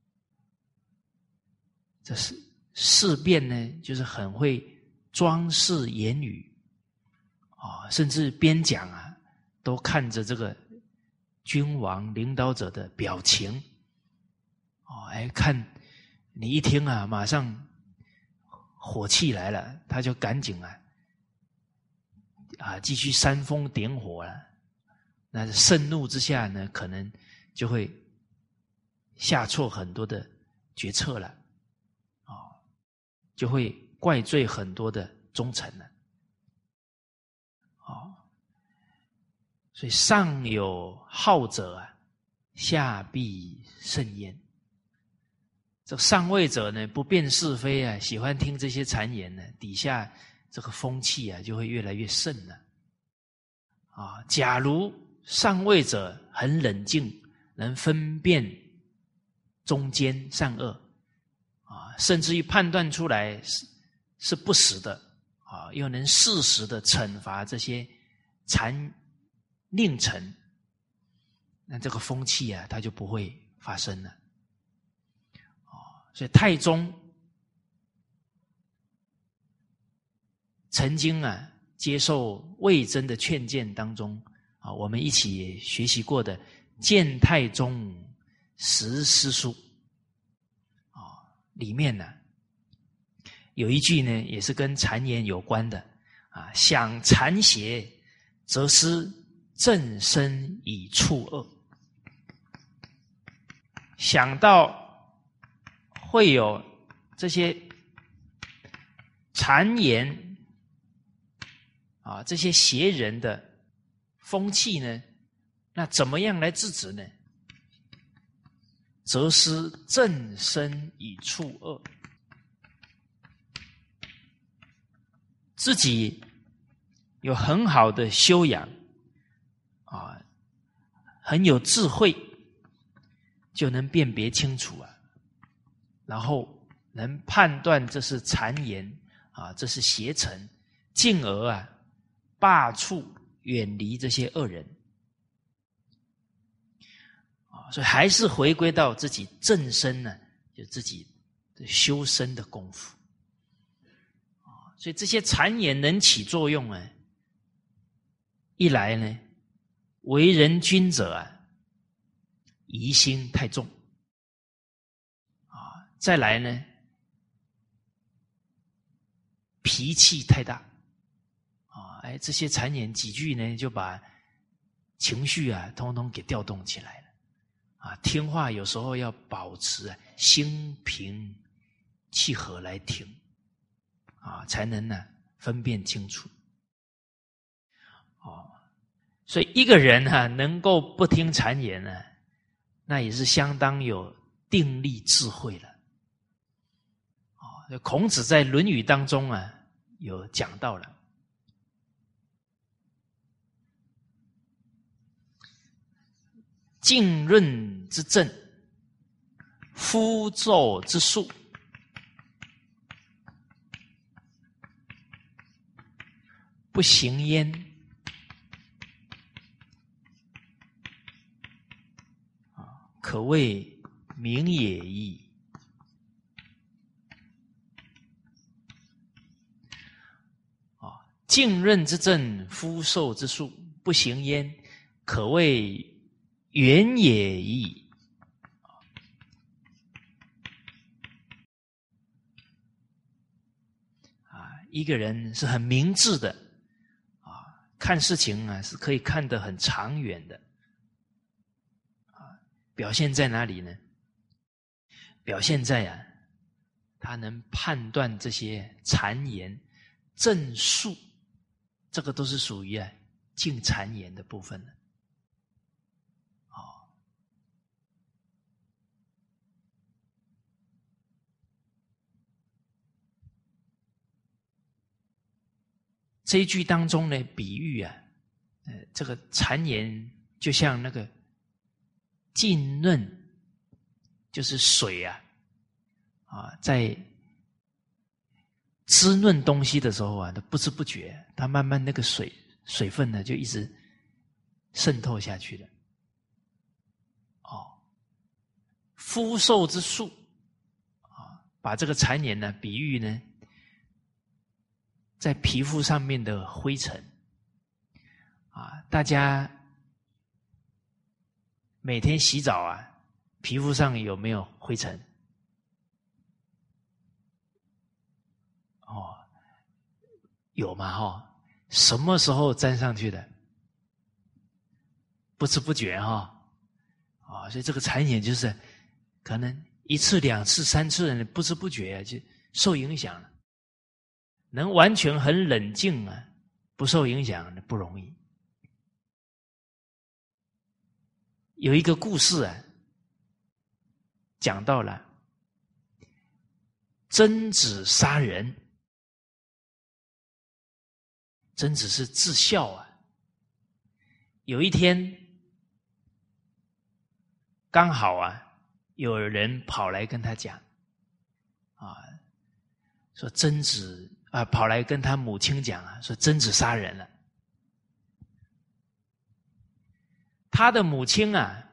这是事变呢，就是很会装饰言语，甚至边讲都看着这个君王领导者的表情，看你一听马上火气来了，他就赶紧继续煽风点火了。那盛怒之下呢，可能就会下错很多的决策了，就会怪罪很多的忠臣了。所以上有好者下必甚焉。这个上位者呢，不辨是非喜欢听这些谗言呢，底下这个风气就会越来越盛了。假如上位者很冷静，能分辨中间善恶，甚至于判断出来是不实的，又能适时的惩罚这些谗佞臣，那这个风气它就不会发生了。所以太宗曾经接受魏征的劝谏当中，我们一起学习过的《谏太宗十思书》里面有一句呢，也是跟谗言有关的想谗邪，则思正身以处恶。想到会有这些谗言这些邪人的风气呢，那怎么样来制止呢？则思正身以处恶。自己有很好的修养很有智慧，就能辨别清楚然后能判断这是谗言这是邪臣，进而罢黜远离这些恶人所以还是回归到自己正身呢，就自己的修身的功夫所以这些谗言能起作用一来呢，为人君者疑心太重再来呢，脾气太大这些谗言几句呢，就把情绪通通给调动起来了听话有时候要保持心平气和来听才能分辨清楚所以一个人能够不听谗言那也是相当有定力智慧了孔子在《论语》当中有讲到了浸润之政，夫纣之术，不行焉。可谓明也矣。浸润之政，夫纣之术，不行焉，可谓远也矣。一个人是很明智的看事情是可以看得很长远的表现在哪里呢？表现在他能判断这些谗言正术这个都是属于净谗言的部分了。这一句当中呢，比喻这个谗言就像那个浸润，就是水在滋润东西的时候不知不觉，它慢慢那个水分呢就一直渗透下去了。肤受之术把这个谗言呢比喻呢，在皮肤上面的灰尘大家每天洗澡皮肤上有没有灰尘？有嘛什么时候沾上去的？不知不觉所以这个谗言就是可能1次、2次、3次，不知不觉就受影响了。能完全很冷静不受影响不容易。有一个故事讲到了曾子杀人。曾子是自孝有一天刚好有人跑来跟他讲说曾子跑来跟他母亲讲说曾子杀人了。他的母亲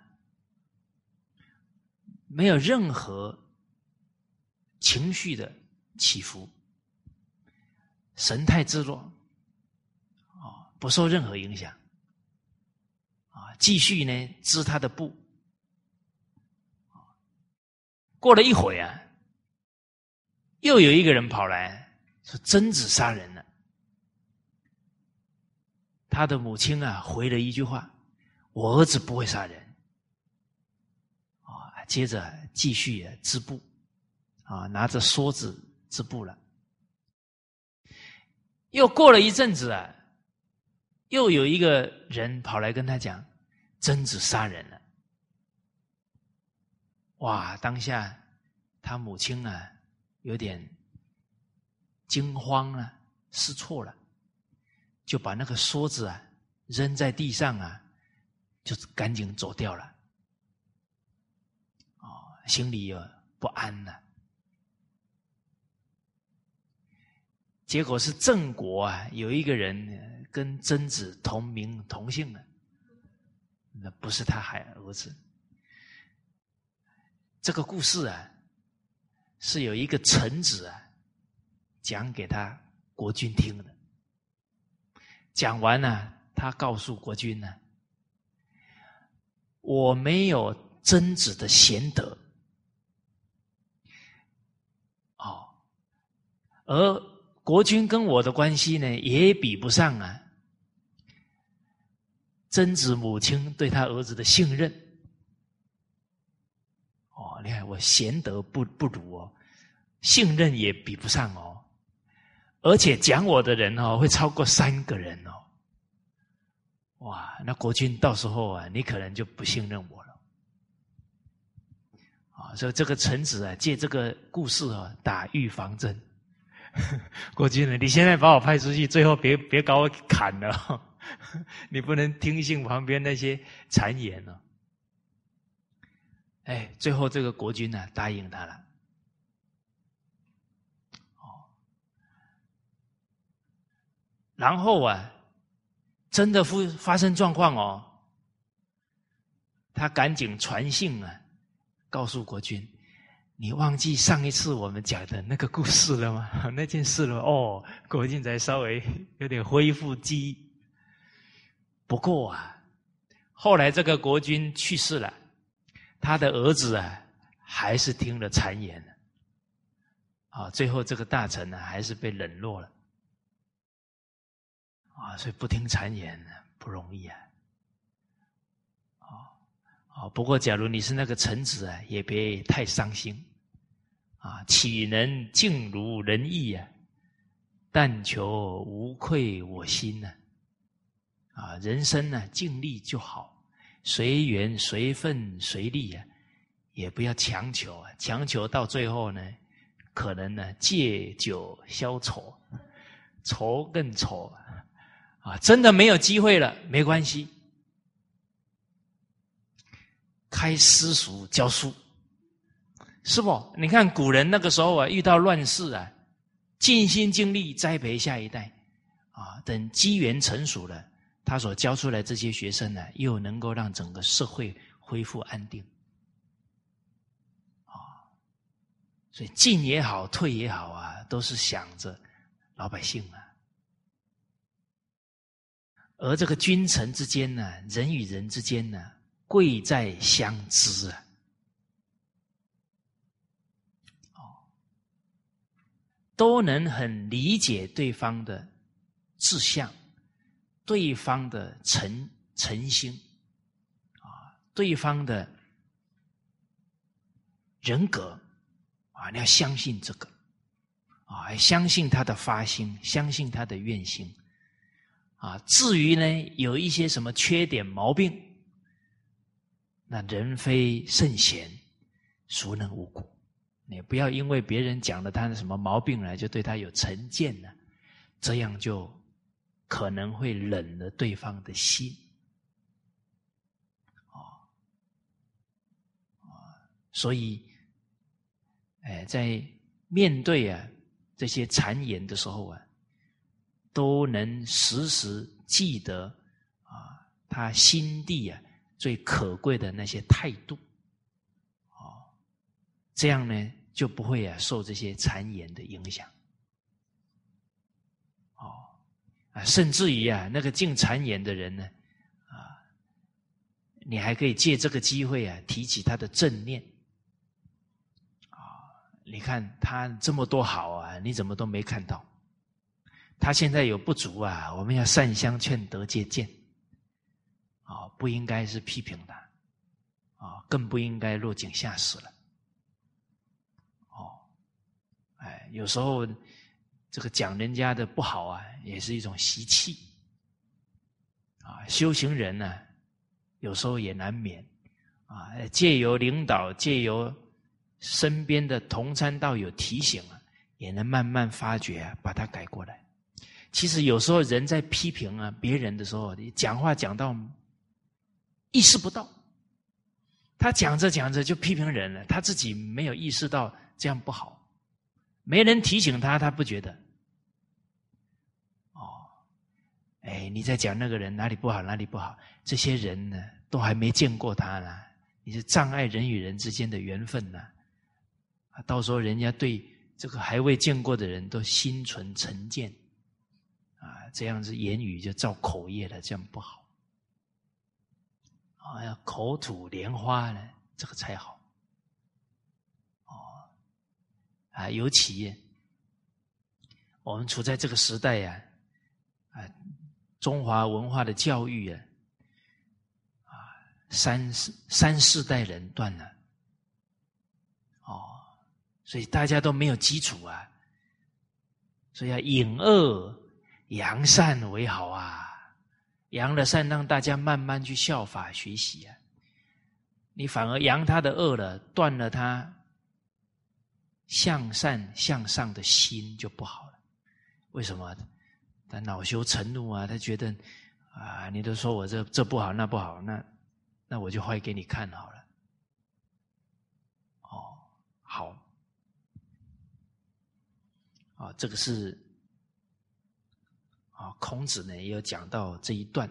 没有任何情绪的起伏，神态自若不受任何影响继续呢织他的布。过了一会又有一个人跑来说曾子杀人了。他的母亲回了一句话：我儿子不会杀人。接着继续织布拿着梭子织布了。又过了一阵子又有一个人跑来跟他讲曾子杀人了。哇，当下他母亲有点惊慌失措了，就把那个梭子扔在地上就赶紧走掉了。心里有不安了。结果是郑国有一个人跟曾子同名同姓那不是他儿子。这个故事是有一个臣子讲给他国君听的。讲完他告诉国君我没有曾子的贤德而国君跟我的关系呢也比不上曾子母亲对他儿子的信任。你看我贤德不如信任也比不上而且讲我的人会超过3个人哇，那国君到时候你可能就不信任我了所以这个臣子借这个故事打预防针。国君你现在把我派出去，最后别搞我砍了你不能听信旁边那些谗言最后这个国君答应他了。然后真的发生状况他赶紧传信告诉国君，你忘记上一次我们讲的那个故事了吗？那件事了国君才稍微有点恢复记忆。不过后来这个国君去世了，他的儿子还是听了谗言最后这个大臣还是被冷落了所以不听谗言不容易不过假如你是那个臣子也别太伤心岂能尽如人意但求无愧我心呢。人生呢，尽力就好，随缘随分随力啊，也不要强求啊，强求到最后呢，可能呢借酒消愁，愁更愁真的没有机会了，没关系，开私塾教书，是不？你看古人那个时候遇到乱世尽心尽力栽培下一代等机缘成熟了，他所教出来这些学生又能够让整个社会恢复安定所以进也好，退也好都是想着老百姓而这个君臣之间人与人之间贵在相知都能很理解对方的志向，对方的诚心对方的人格你要相信这个相信他的发心，相信他的愿心至于呢有一些什么缺点毛病，那人非圣贤，孰能无过？你不要因为别人讲了他的什么毛病就对他有成见这样就可能会冷了对方的心所以在面对这些谗言的时候都能时时记得他心地最可贵的那些态度这样呢就不会受这些谗言的影响甚至于那个进谗言的人呢你还可以借这个机会提起他的正念你看他这么多好你怎么都没看到？他现在有不足我们要善相劝，得借鉴不应该是批评他更不应该落井下石了有时候这个讲人家的不好也是一种习气修行人有时候也难免借由领导，借由身边的同参道友提醒也能慢慢发觉把它改过来。其实有时候人在批评别人的时候，讲话讲到意识不到，他讲着讲着就批评人了，他自己没有意识到这样不好，没人提醒他，他不觉得你在讲那个人哪里不好哪里不好，这些人呢都还没见过他呢，你是障碍人与人之间的缘分呢到时候人家对这个还未见过的人都心存成见这样子言语就造口业了，这样不好要口吐莲花呢，这个才好尤其我们处在这个时代中华文化的教育三四代人断了所以大家都没有基础所以要引恶扬善为好扬了善，让大家慢慢去效法学习你反而扬他的恶了，断了他向善向上的心就不好了。为什么？他恼羞成怒他觉得你都说我这不好那不好，那我就坏给你看好了好这个是孔子呢也有讲到这一段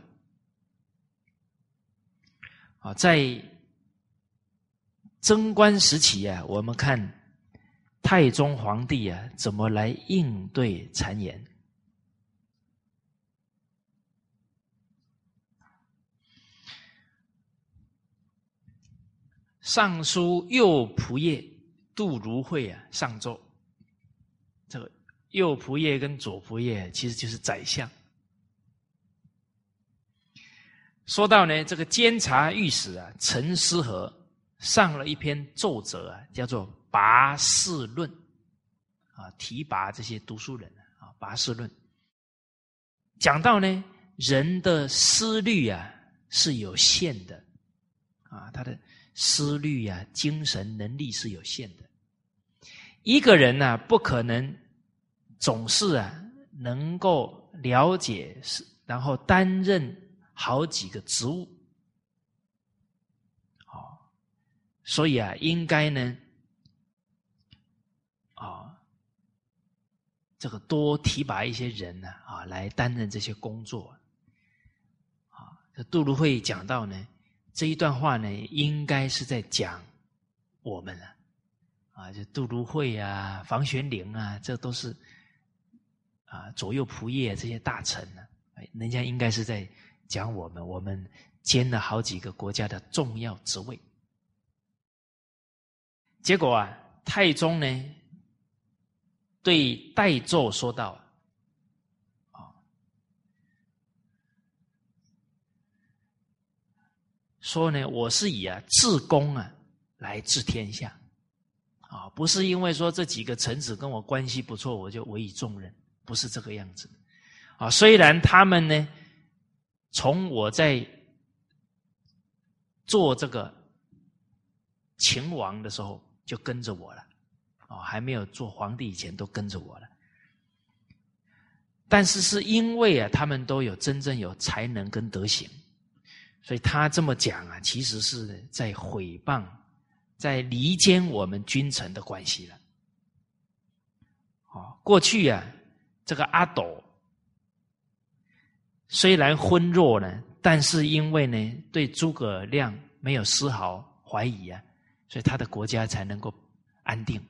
在贞观时期我们看太宗皇帝怎么来应对谗言。尚书右仆射杜如晦上奏，这个右仆射跟左仆射其实就是宰相。说到呢，这个监察御史陈思和上了一篇奏折叫做《拔士论》提拔这些读书人拔氏论讲到呢，人的思虑啊是有限的啊，他的思虑啊精神能力是有限的。一个人啊不可能总是啊能够了解然后担任好几个职务。所以啊应该呢这个多提拔一些人呢来担任这些工作。这杜如晦讲到呢，这一段话呢应该是在讲我们就杜如晦啊、房玄龄啊，这都是左右仆射这些大臣人家应该是在讲我们兼了好几个国家的重要职位。结果太宗呢对代纣说道说呢，我是以治公来治天下不是因为说这几个臣子跟我关系不错我就委以重任，不是这个样子虽然他们呢从我在做这个秦王的时候就跟着我了还没有做皇帝以前都跟着我了，但是是因为他们都有真正有才能跟德行，所以他这么讲其实是在毁谤，在离间我们君臣的关系了。过去这个阿斗虽然昏弱呢，但是因为呢对诸葛亮没有丝毫怀疑所以他的国家才能够安定。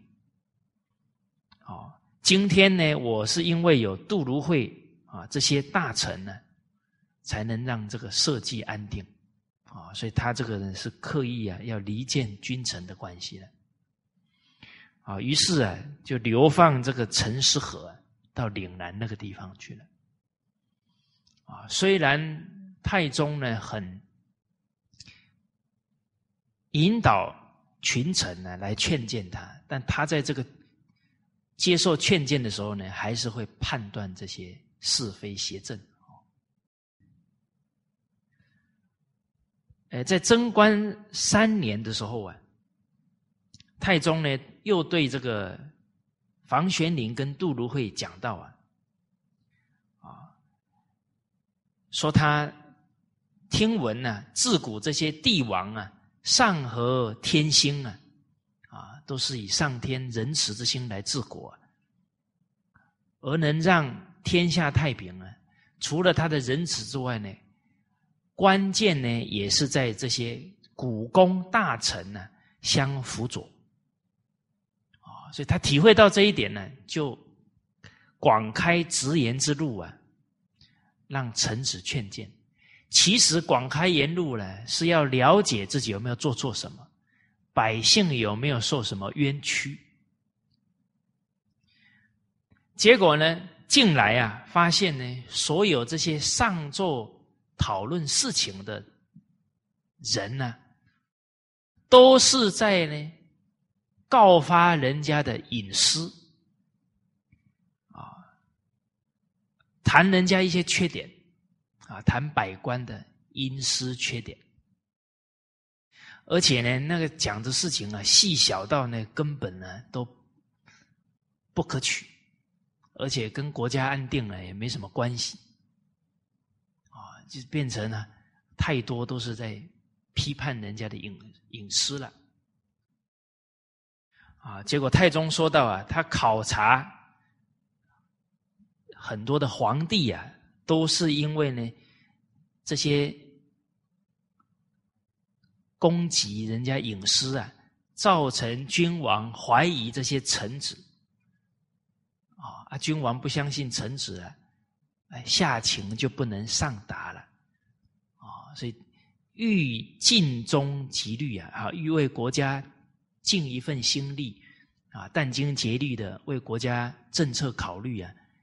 今天呢我是因为有杜如晦这些大臣呢才能让这个社稷安定所以他这个人是刻意要离间君臣的关系了于是就流放这个陈师和到岭南那个地方去了虽然太宗呢很引导群臣呢来劝谏他，但他在这个接受劝谏的时候呢还是会判断这些是非邪正在贞观3年的时候太宗呢又对这个房玄龄跟杜如晦讲到说他听闻自古这些帝王上合天心都是以上天仁慈之心来治国而能让天下太平除了他的仁慈之外呢，关键呢也是在这些古公大臣相辅佐所以他体会到这一点呢，就广开直言之路让臣子劝谏。其实广开言路呢是要了解自己有没有做错什么，百姓有没有受什么冤屈。结果呢近来发现呢，所有这些上奏讨论事情的人都是在呢告发人家的隐私谈人家一些缺点谈百官的阴私缺点，而且呢那个讲的事情细小到呢根本都不可取，而且跟国家安定也没什么关系就变成太多都是在批判人家的隐私了结果太宗说到他考察很多的皇帝都是因为呢这些攻击人家隐私造成君王怀疑这些臣子君王不相信臣子下情就不能上达了所以欲尽忠极虑欲为国家尽一份心力殚精竭虑的为国家政策考虑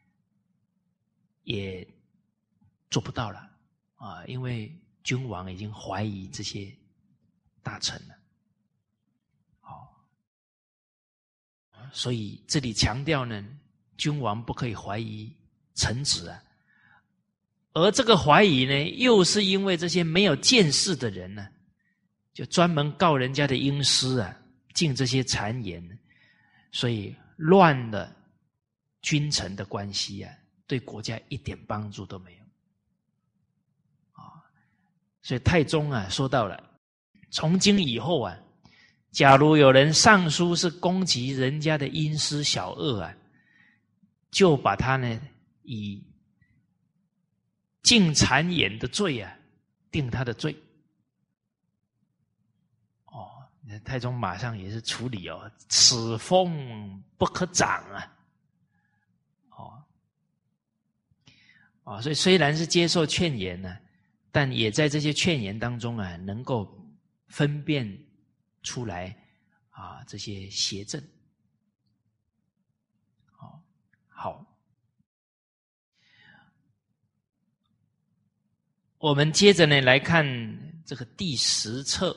也做不到了因为君王已经怀疑这些大臣了所以这里强调呢，君王不可以怀疑臣子啊。而这个怀疑呢，又是因为这些没有见识的人呢，就专门告人家的阴私啊，进这些谗言，所以乱了君臣的关系啊，对国家一点帮助都没有啊。所以太宗啊说到了，从今以后啊，假如有人上书是攻击人家的阴私小恶啊，就把他呢以进谗言的罪啊，定他的罪。哦，太宗马上也是处理哦，此风不可长啊。所以虽然是接受劝言呢，但也在这些劝言当中啊，能够分辨出来啊这些邪正。好。我们接着呢来看这个第10册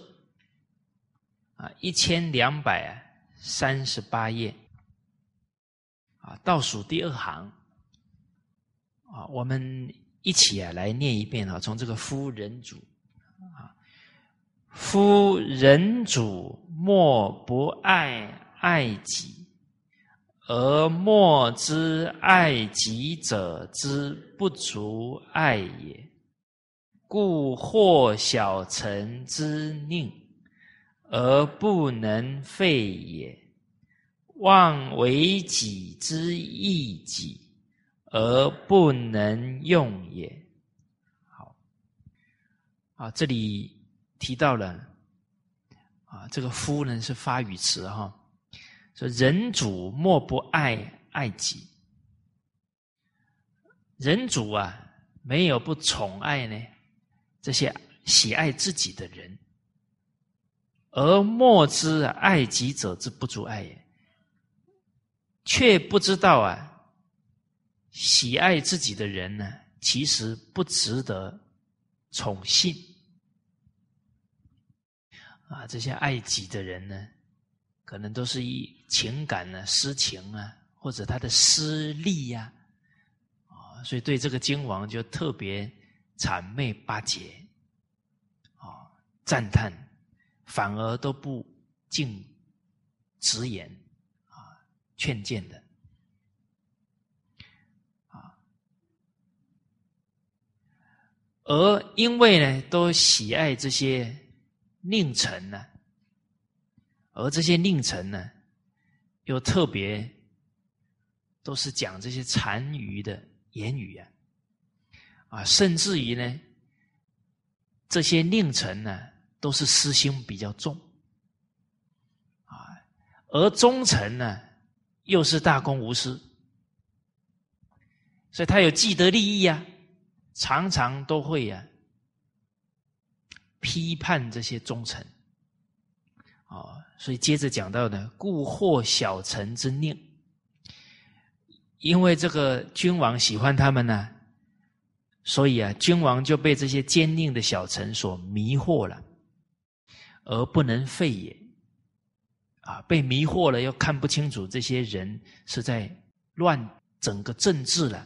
1238页倒数第2行我们一起来念一遍从这个夫人主夫人主莫不爱己，而莫之爱己者之不足爱也。故惑小臣之佞，而不能废也；妄为己之益己，而不能用也。好，这里提到了这个夫呢是发语词说人主莫不爱己，人主没有不宠爱呢这些喜爱自己的人，而莫知爱己者之不足爱也，却不知道喜爱自己的人呢，其实不值得宠幸这些爱己的人呢，可能都是以情感私情或者他的私利所以对这个君王就特别谄媚巴结赞叹，反而都不尽直言劝谏的而因为呢都喜爱这些佞臣呢，而这些佞臣呢又特别都是讲这些残余的言语甚至于呢这些佞臣呢都是私心比较重而忠臣呢又是大公无私，所以他有既得利益常常都会批判这些忠臣所以接着讲到呢，故惑小臣之佞，因为这个君王喜欢他们所以君王就被这些奸佞的小臣所迷惑了，而不能废也被迷惑了，又看不清楚这些人是在乱整个政治了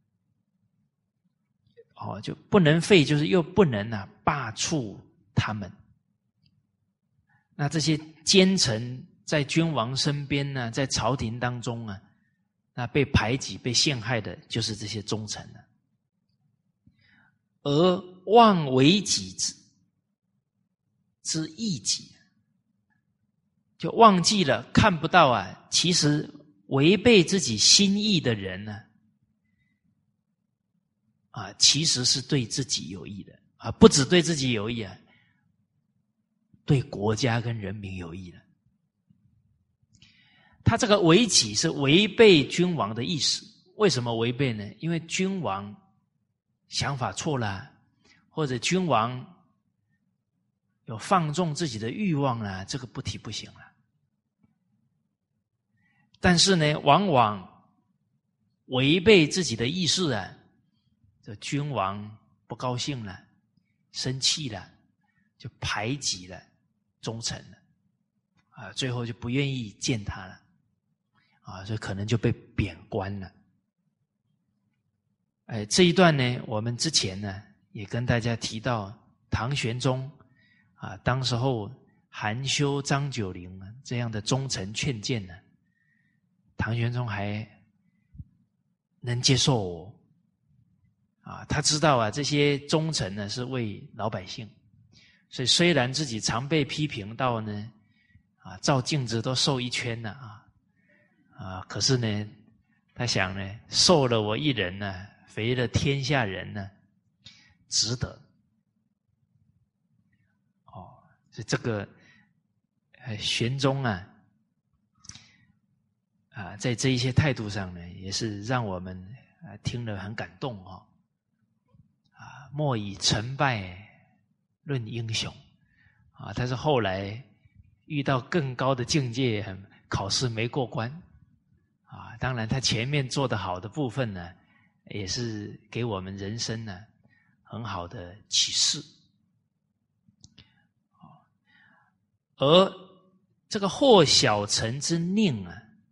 就不能废，就是又不能罢黜他们。那这些奸臣在君王身边在朝廷当中那被排挤被陷害的就是这些忠臣而妄为己之益己，就忘记了看不到其实违背自己心意的人其实是对自己有益的不只对自己有益对国家跟人民有益的。他这个为己是违背君王的意思，为什么违背呢？因为君王想法错了或者君王有放纵自己的欲望这个不提不行了。但是呢往往违背自己的意识这君王不高兴了，生气了，就排挤了忠臣了最后就不愿意见他了所以可能就被贬官了这一段呢，我们之前呢也跟大家提到唐玄宗啊，当时候韩休、张九龄这样的忠臣劝谏呢，唐玄宗还能接受啊，他知道啊，这些忠臣呢是为老百姓，所以虽然自己常被批评到呢，啊，照镜子都瘦一圈了可是呢，他想呢，瘦了我一人呢，肥了天下人呢，值得。所以这个玄宗在这一些态度上呢，也是让我们听了很感动莫以成败论英雄但是后来遇到更高的境界，考试没过关当然他前面做得好的部分呢，也是给我们人生呢很好的启示。而这个惑小臣之佞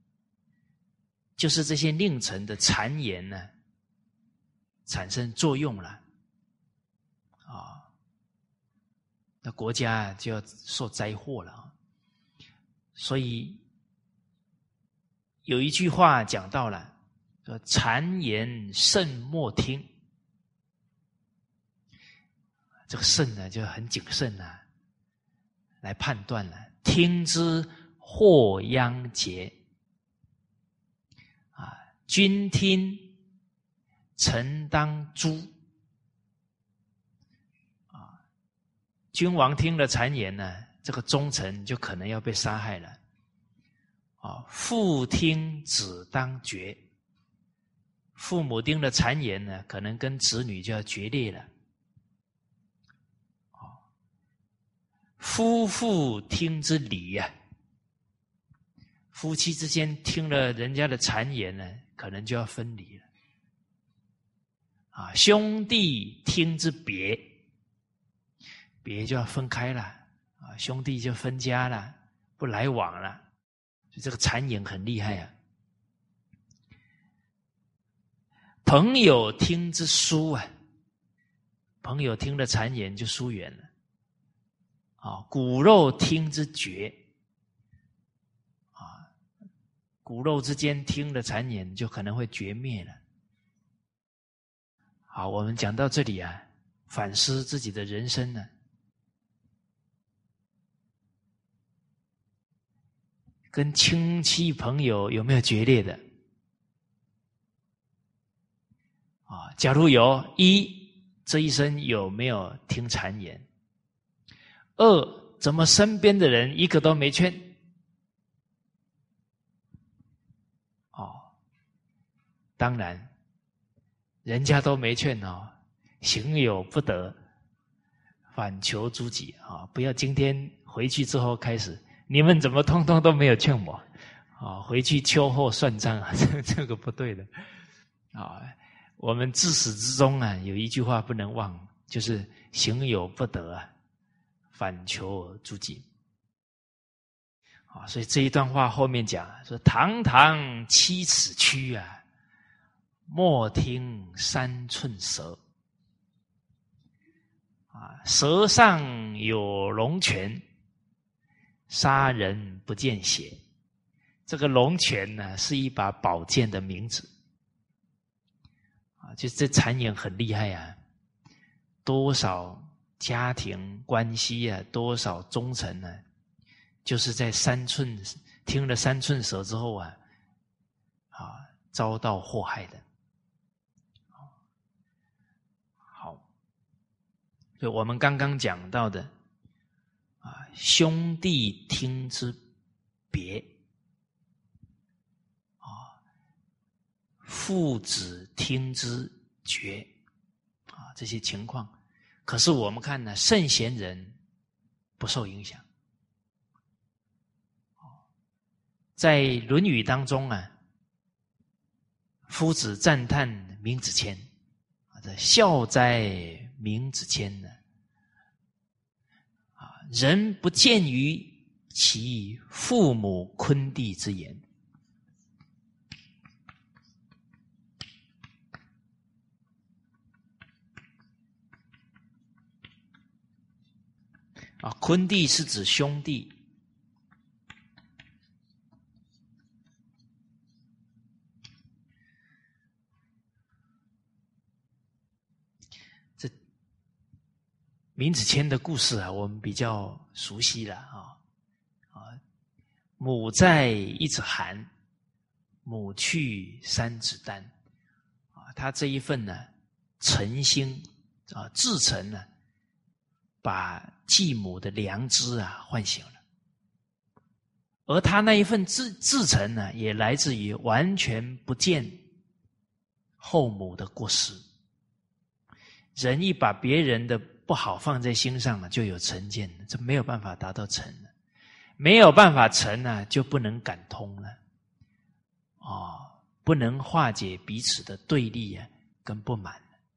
就是这些佞臣的谗言呢产生作用了那国家就要受灾祸了所以有一句话讲到了，说谗言慎莫听。这个慎呢就很谨慎来判断了，听之祸殃结君听臣当诛君王听了谗言呢，这个忠臣就可能要被杀害了父听子当绝，父母听了谗言呢，可能跟子女就要决裂了夫妇听之离夫妻之间听了人家的谗言呢，可能就要分离了兄弟听之别就要分开了兄弟就分家了，不来往了，所以这个谗言很厉害朋友听之疏朋友听了谗言就疏远了骨肉听之绝骨肉之间听了谗言就可能会绝灭了。好，我们讲到这里反思自己的人生呢，跟亲戚朋友有没有决裂的假如有，这一生有没有听谗言？2，怎么身边的人一个都没劝当然人家都没劝行有不得，反求诸己不要今天回去之后开始，你们怎么通通都没有劝我回去秋后算账这个不对的我们自始至终有一句话不能忘，就是行有不得反求诸己所以这一段话后面讲说，堂堂7尺躯莫听3寸舌舌上有龙泉，杀人不见血。这个龙泉呢是一把宝剑的名字就这谗言很厉害多少家庭关系多少忠臣呢，就是在听了3寸舌之后遭到祸害的。好，所以我们刚刚讲到的兄弟听之别父子听之绝这些情况，可是我们看呢，圣贤人不受影响在《论语》当中夫子赞叹闵子骞孝哉闵子骞呢人不见于其父母昆弟之言。 昆弟是指兄弟。这闵子骞的故事我们比较熟悉了母在一子寒，母去三子丹。他这一份呢诚心至诚呢，把继母的良知唤醒了。而他那一份至诚呢，也来自于完全不见后母的过失。人一把别人的不好放在心上了，就有成见了，这没有办法达到诚了。没有办法诚就不能感通了。不能化解彼此的对立跟不满。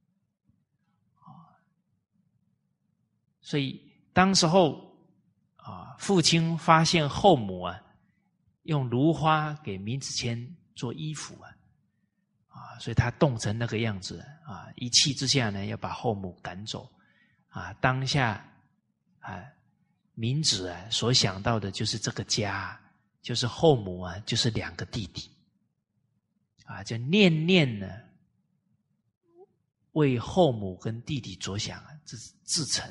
所以当时候父亲发现后母用芦花给闵子骞做衣服所以他冻成那个样子一气之下呢，要把后母赶走当下闵子所想到的就是这个家，就是后母就是两个弟弟就念念呢为后母跟弟弟着想这是至诚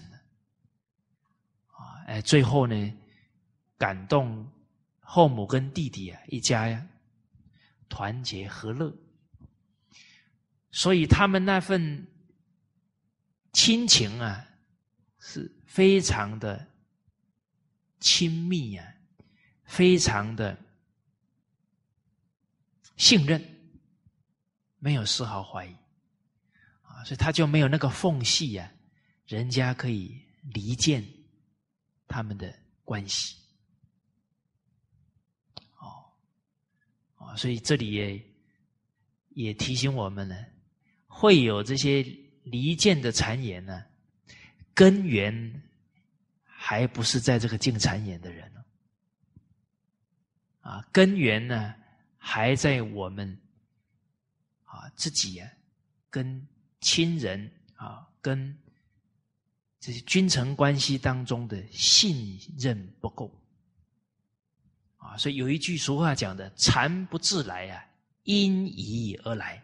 的最后呢感动后母跟弟弟一家团结和乐。所以他们那份亲情是非常的亲密非常的信任，没有丝毫怀疑所以他就没有那个缝隙人家可以离间他们的关系所以这里也提醒我们呢，会有这些离间的谗言呢，根源还不是在这个进谗言的人根源呢还在我们自己跟亲人跟这些君臣关系当中的信任不够所以有一句俗话讲的，谗不自来因疑而来。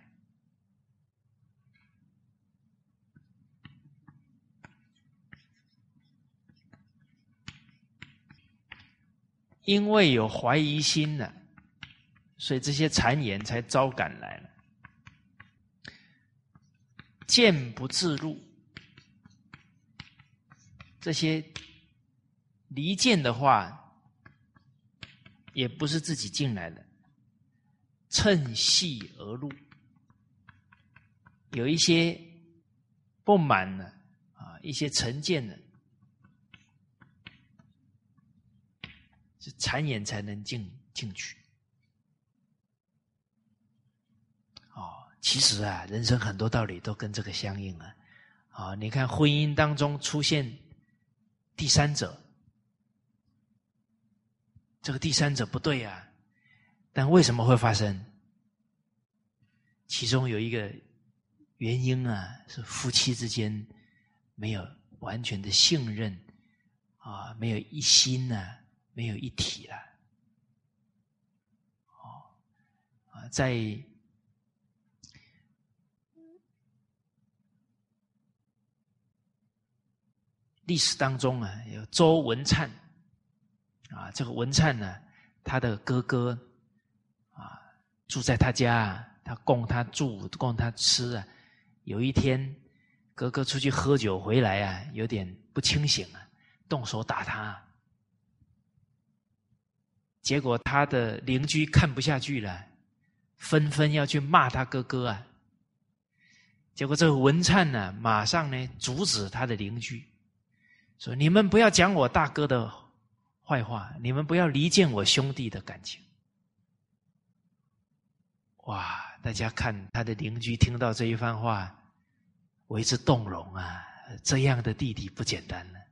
因为有怀疑心了，所以这些谗言才招赶来了。见不自入，这些离间的话也不是自己进来的，趁隙而入。有一些不满呢一些成见呢，是谗言才能进去。其实人生很多道理都跟这个相应你看婚姻当中出现第三者，这个第三者不对但为什么会发生？其中有一个原因是夫妻之间没有完全的信任没有一心没有一体了在历史当中有周文灿这个文灿呢，他的哥哥住在他家他供他住供他吃有一天哥哥出去喝酒回来有点不清醒动手打他，结果他的邻居看不下去了，纷纷要去骂他哥哥结果这个文灿呢马上呢阻止他的邻居，说你们不要讲我大哥的坏话，你们不要离间我兄弟的感情。哇，大家看他的邻居听到这一番话为之动容这样的弟弟不简单了。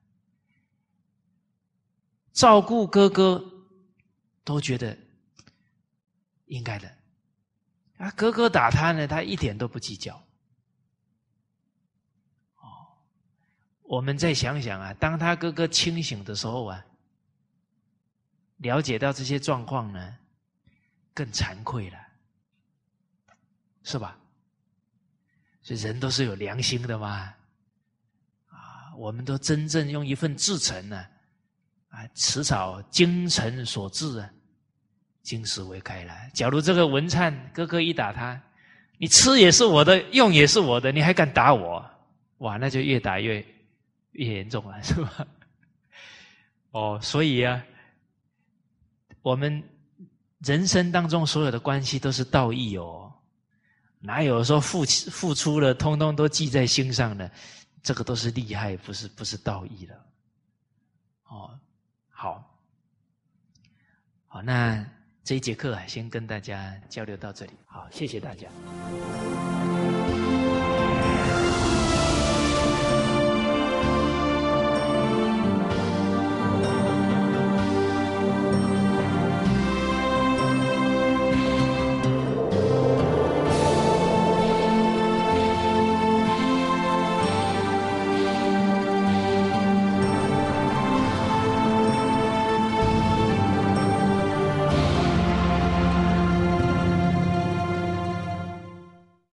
照顾哥哥都觉得应该的哥哥打他呢他一点都不计较我们再想想啊，当他哥哥清醒的时候啊，了解到这些状况呢，更惭愧了，是吧？所以人都是有良心的嘛，啊，我们都真正用一份至诚呢，啊，迟早精诚所至啊，金石为开了。假如这个文灿哥哥一打他，你吃也是我的，用也是我的，你还敢打我？哇，那就越打越严重了，是吧？哦，所以啊，我们人生当中所有的关系都是道义哦，哪有说付出了，通通都记在心上的？这个都是利害，不是道义了。哦，好，那这一节课啊，先跟大家交流到这里。好，谢谢大家。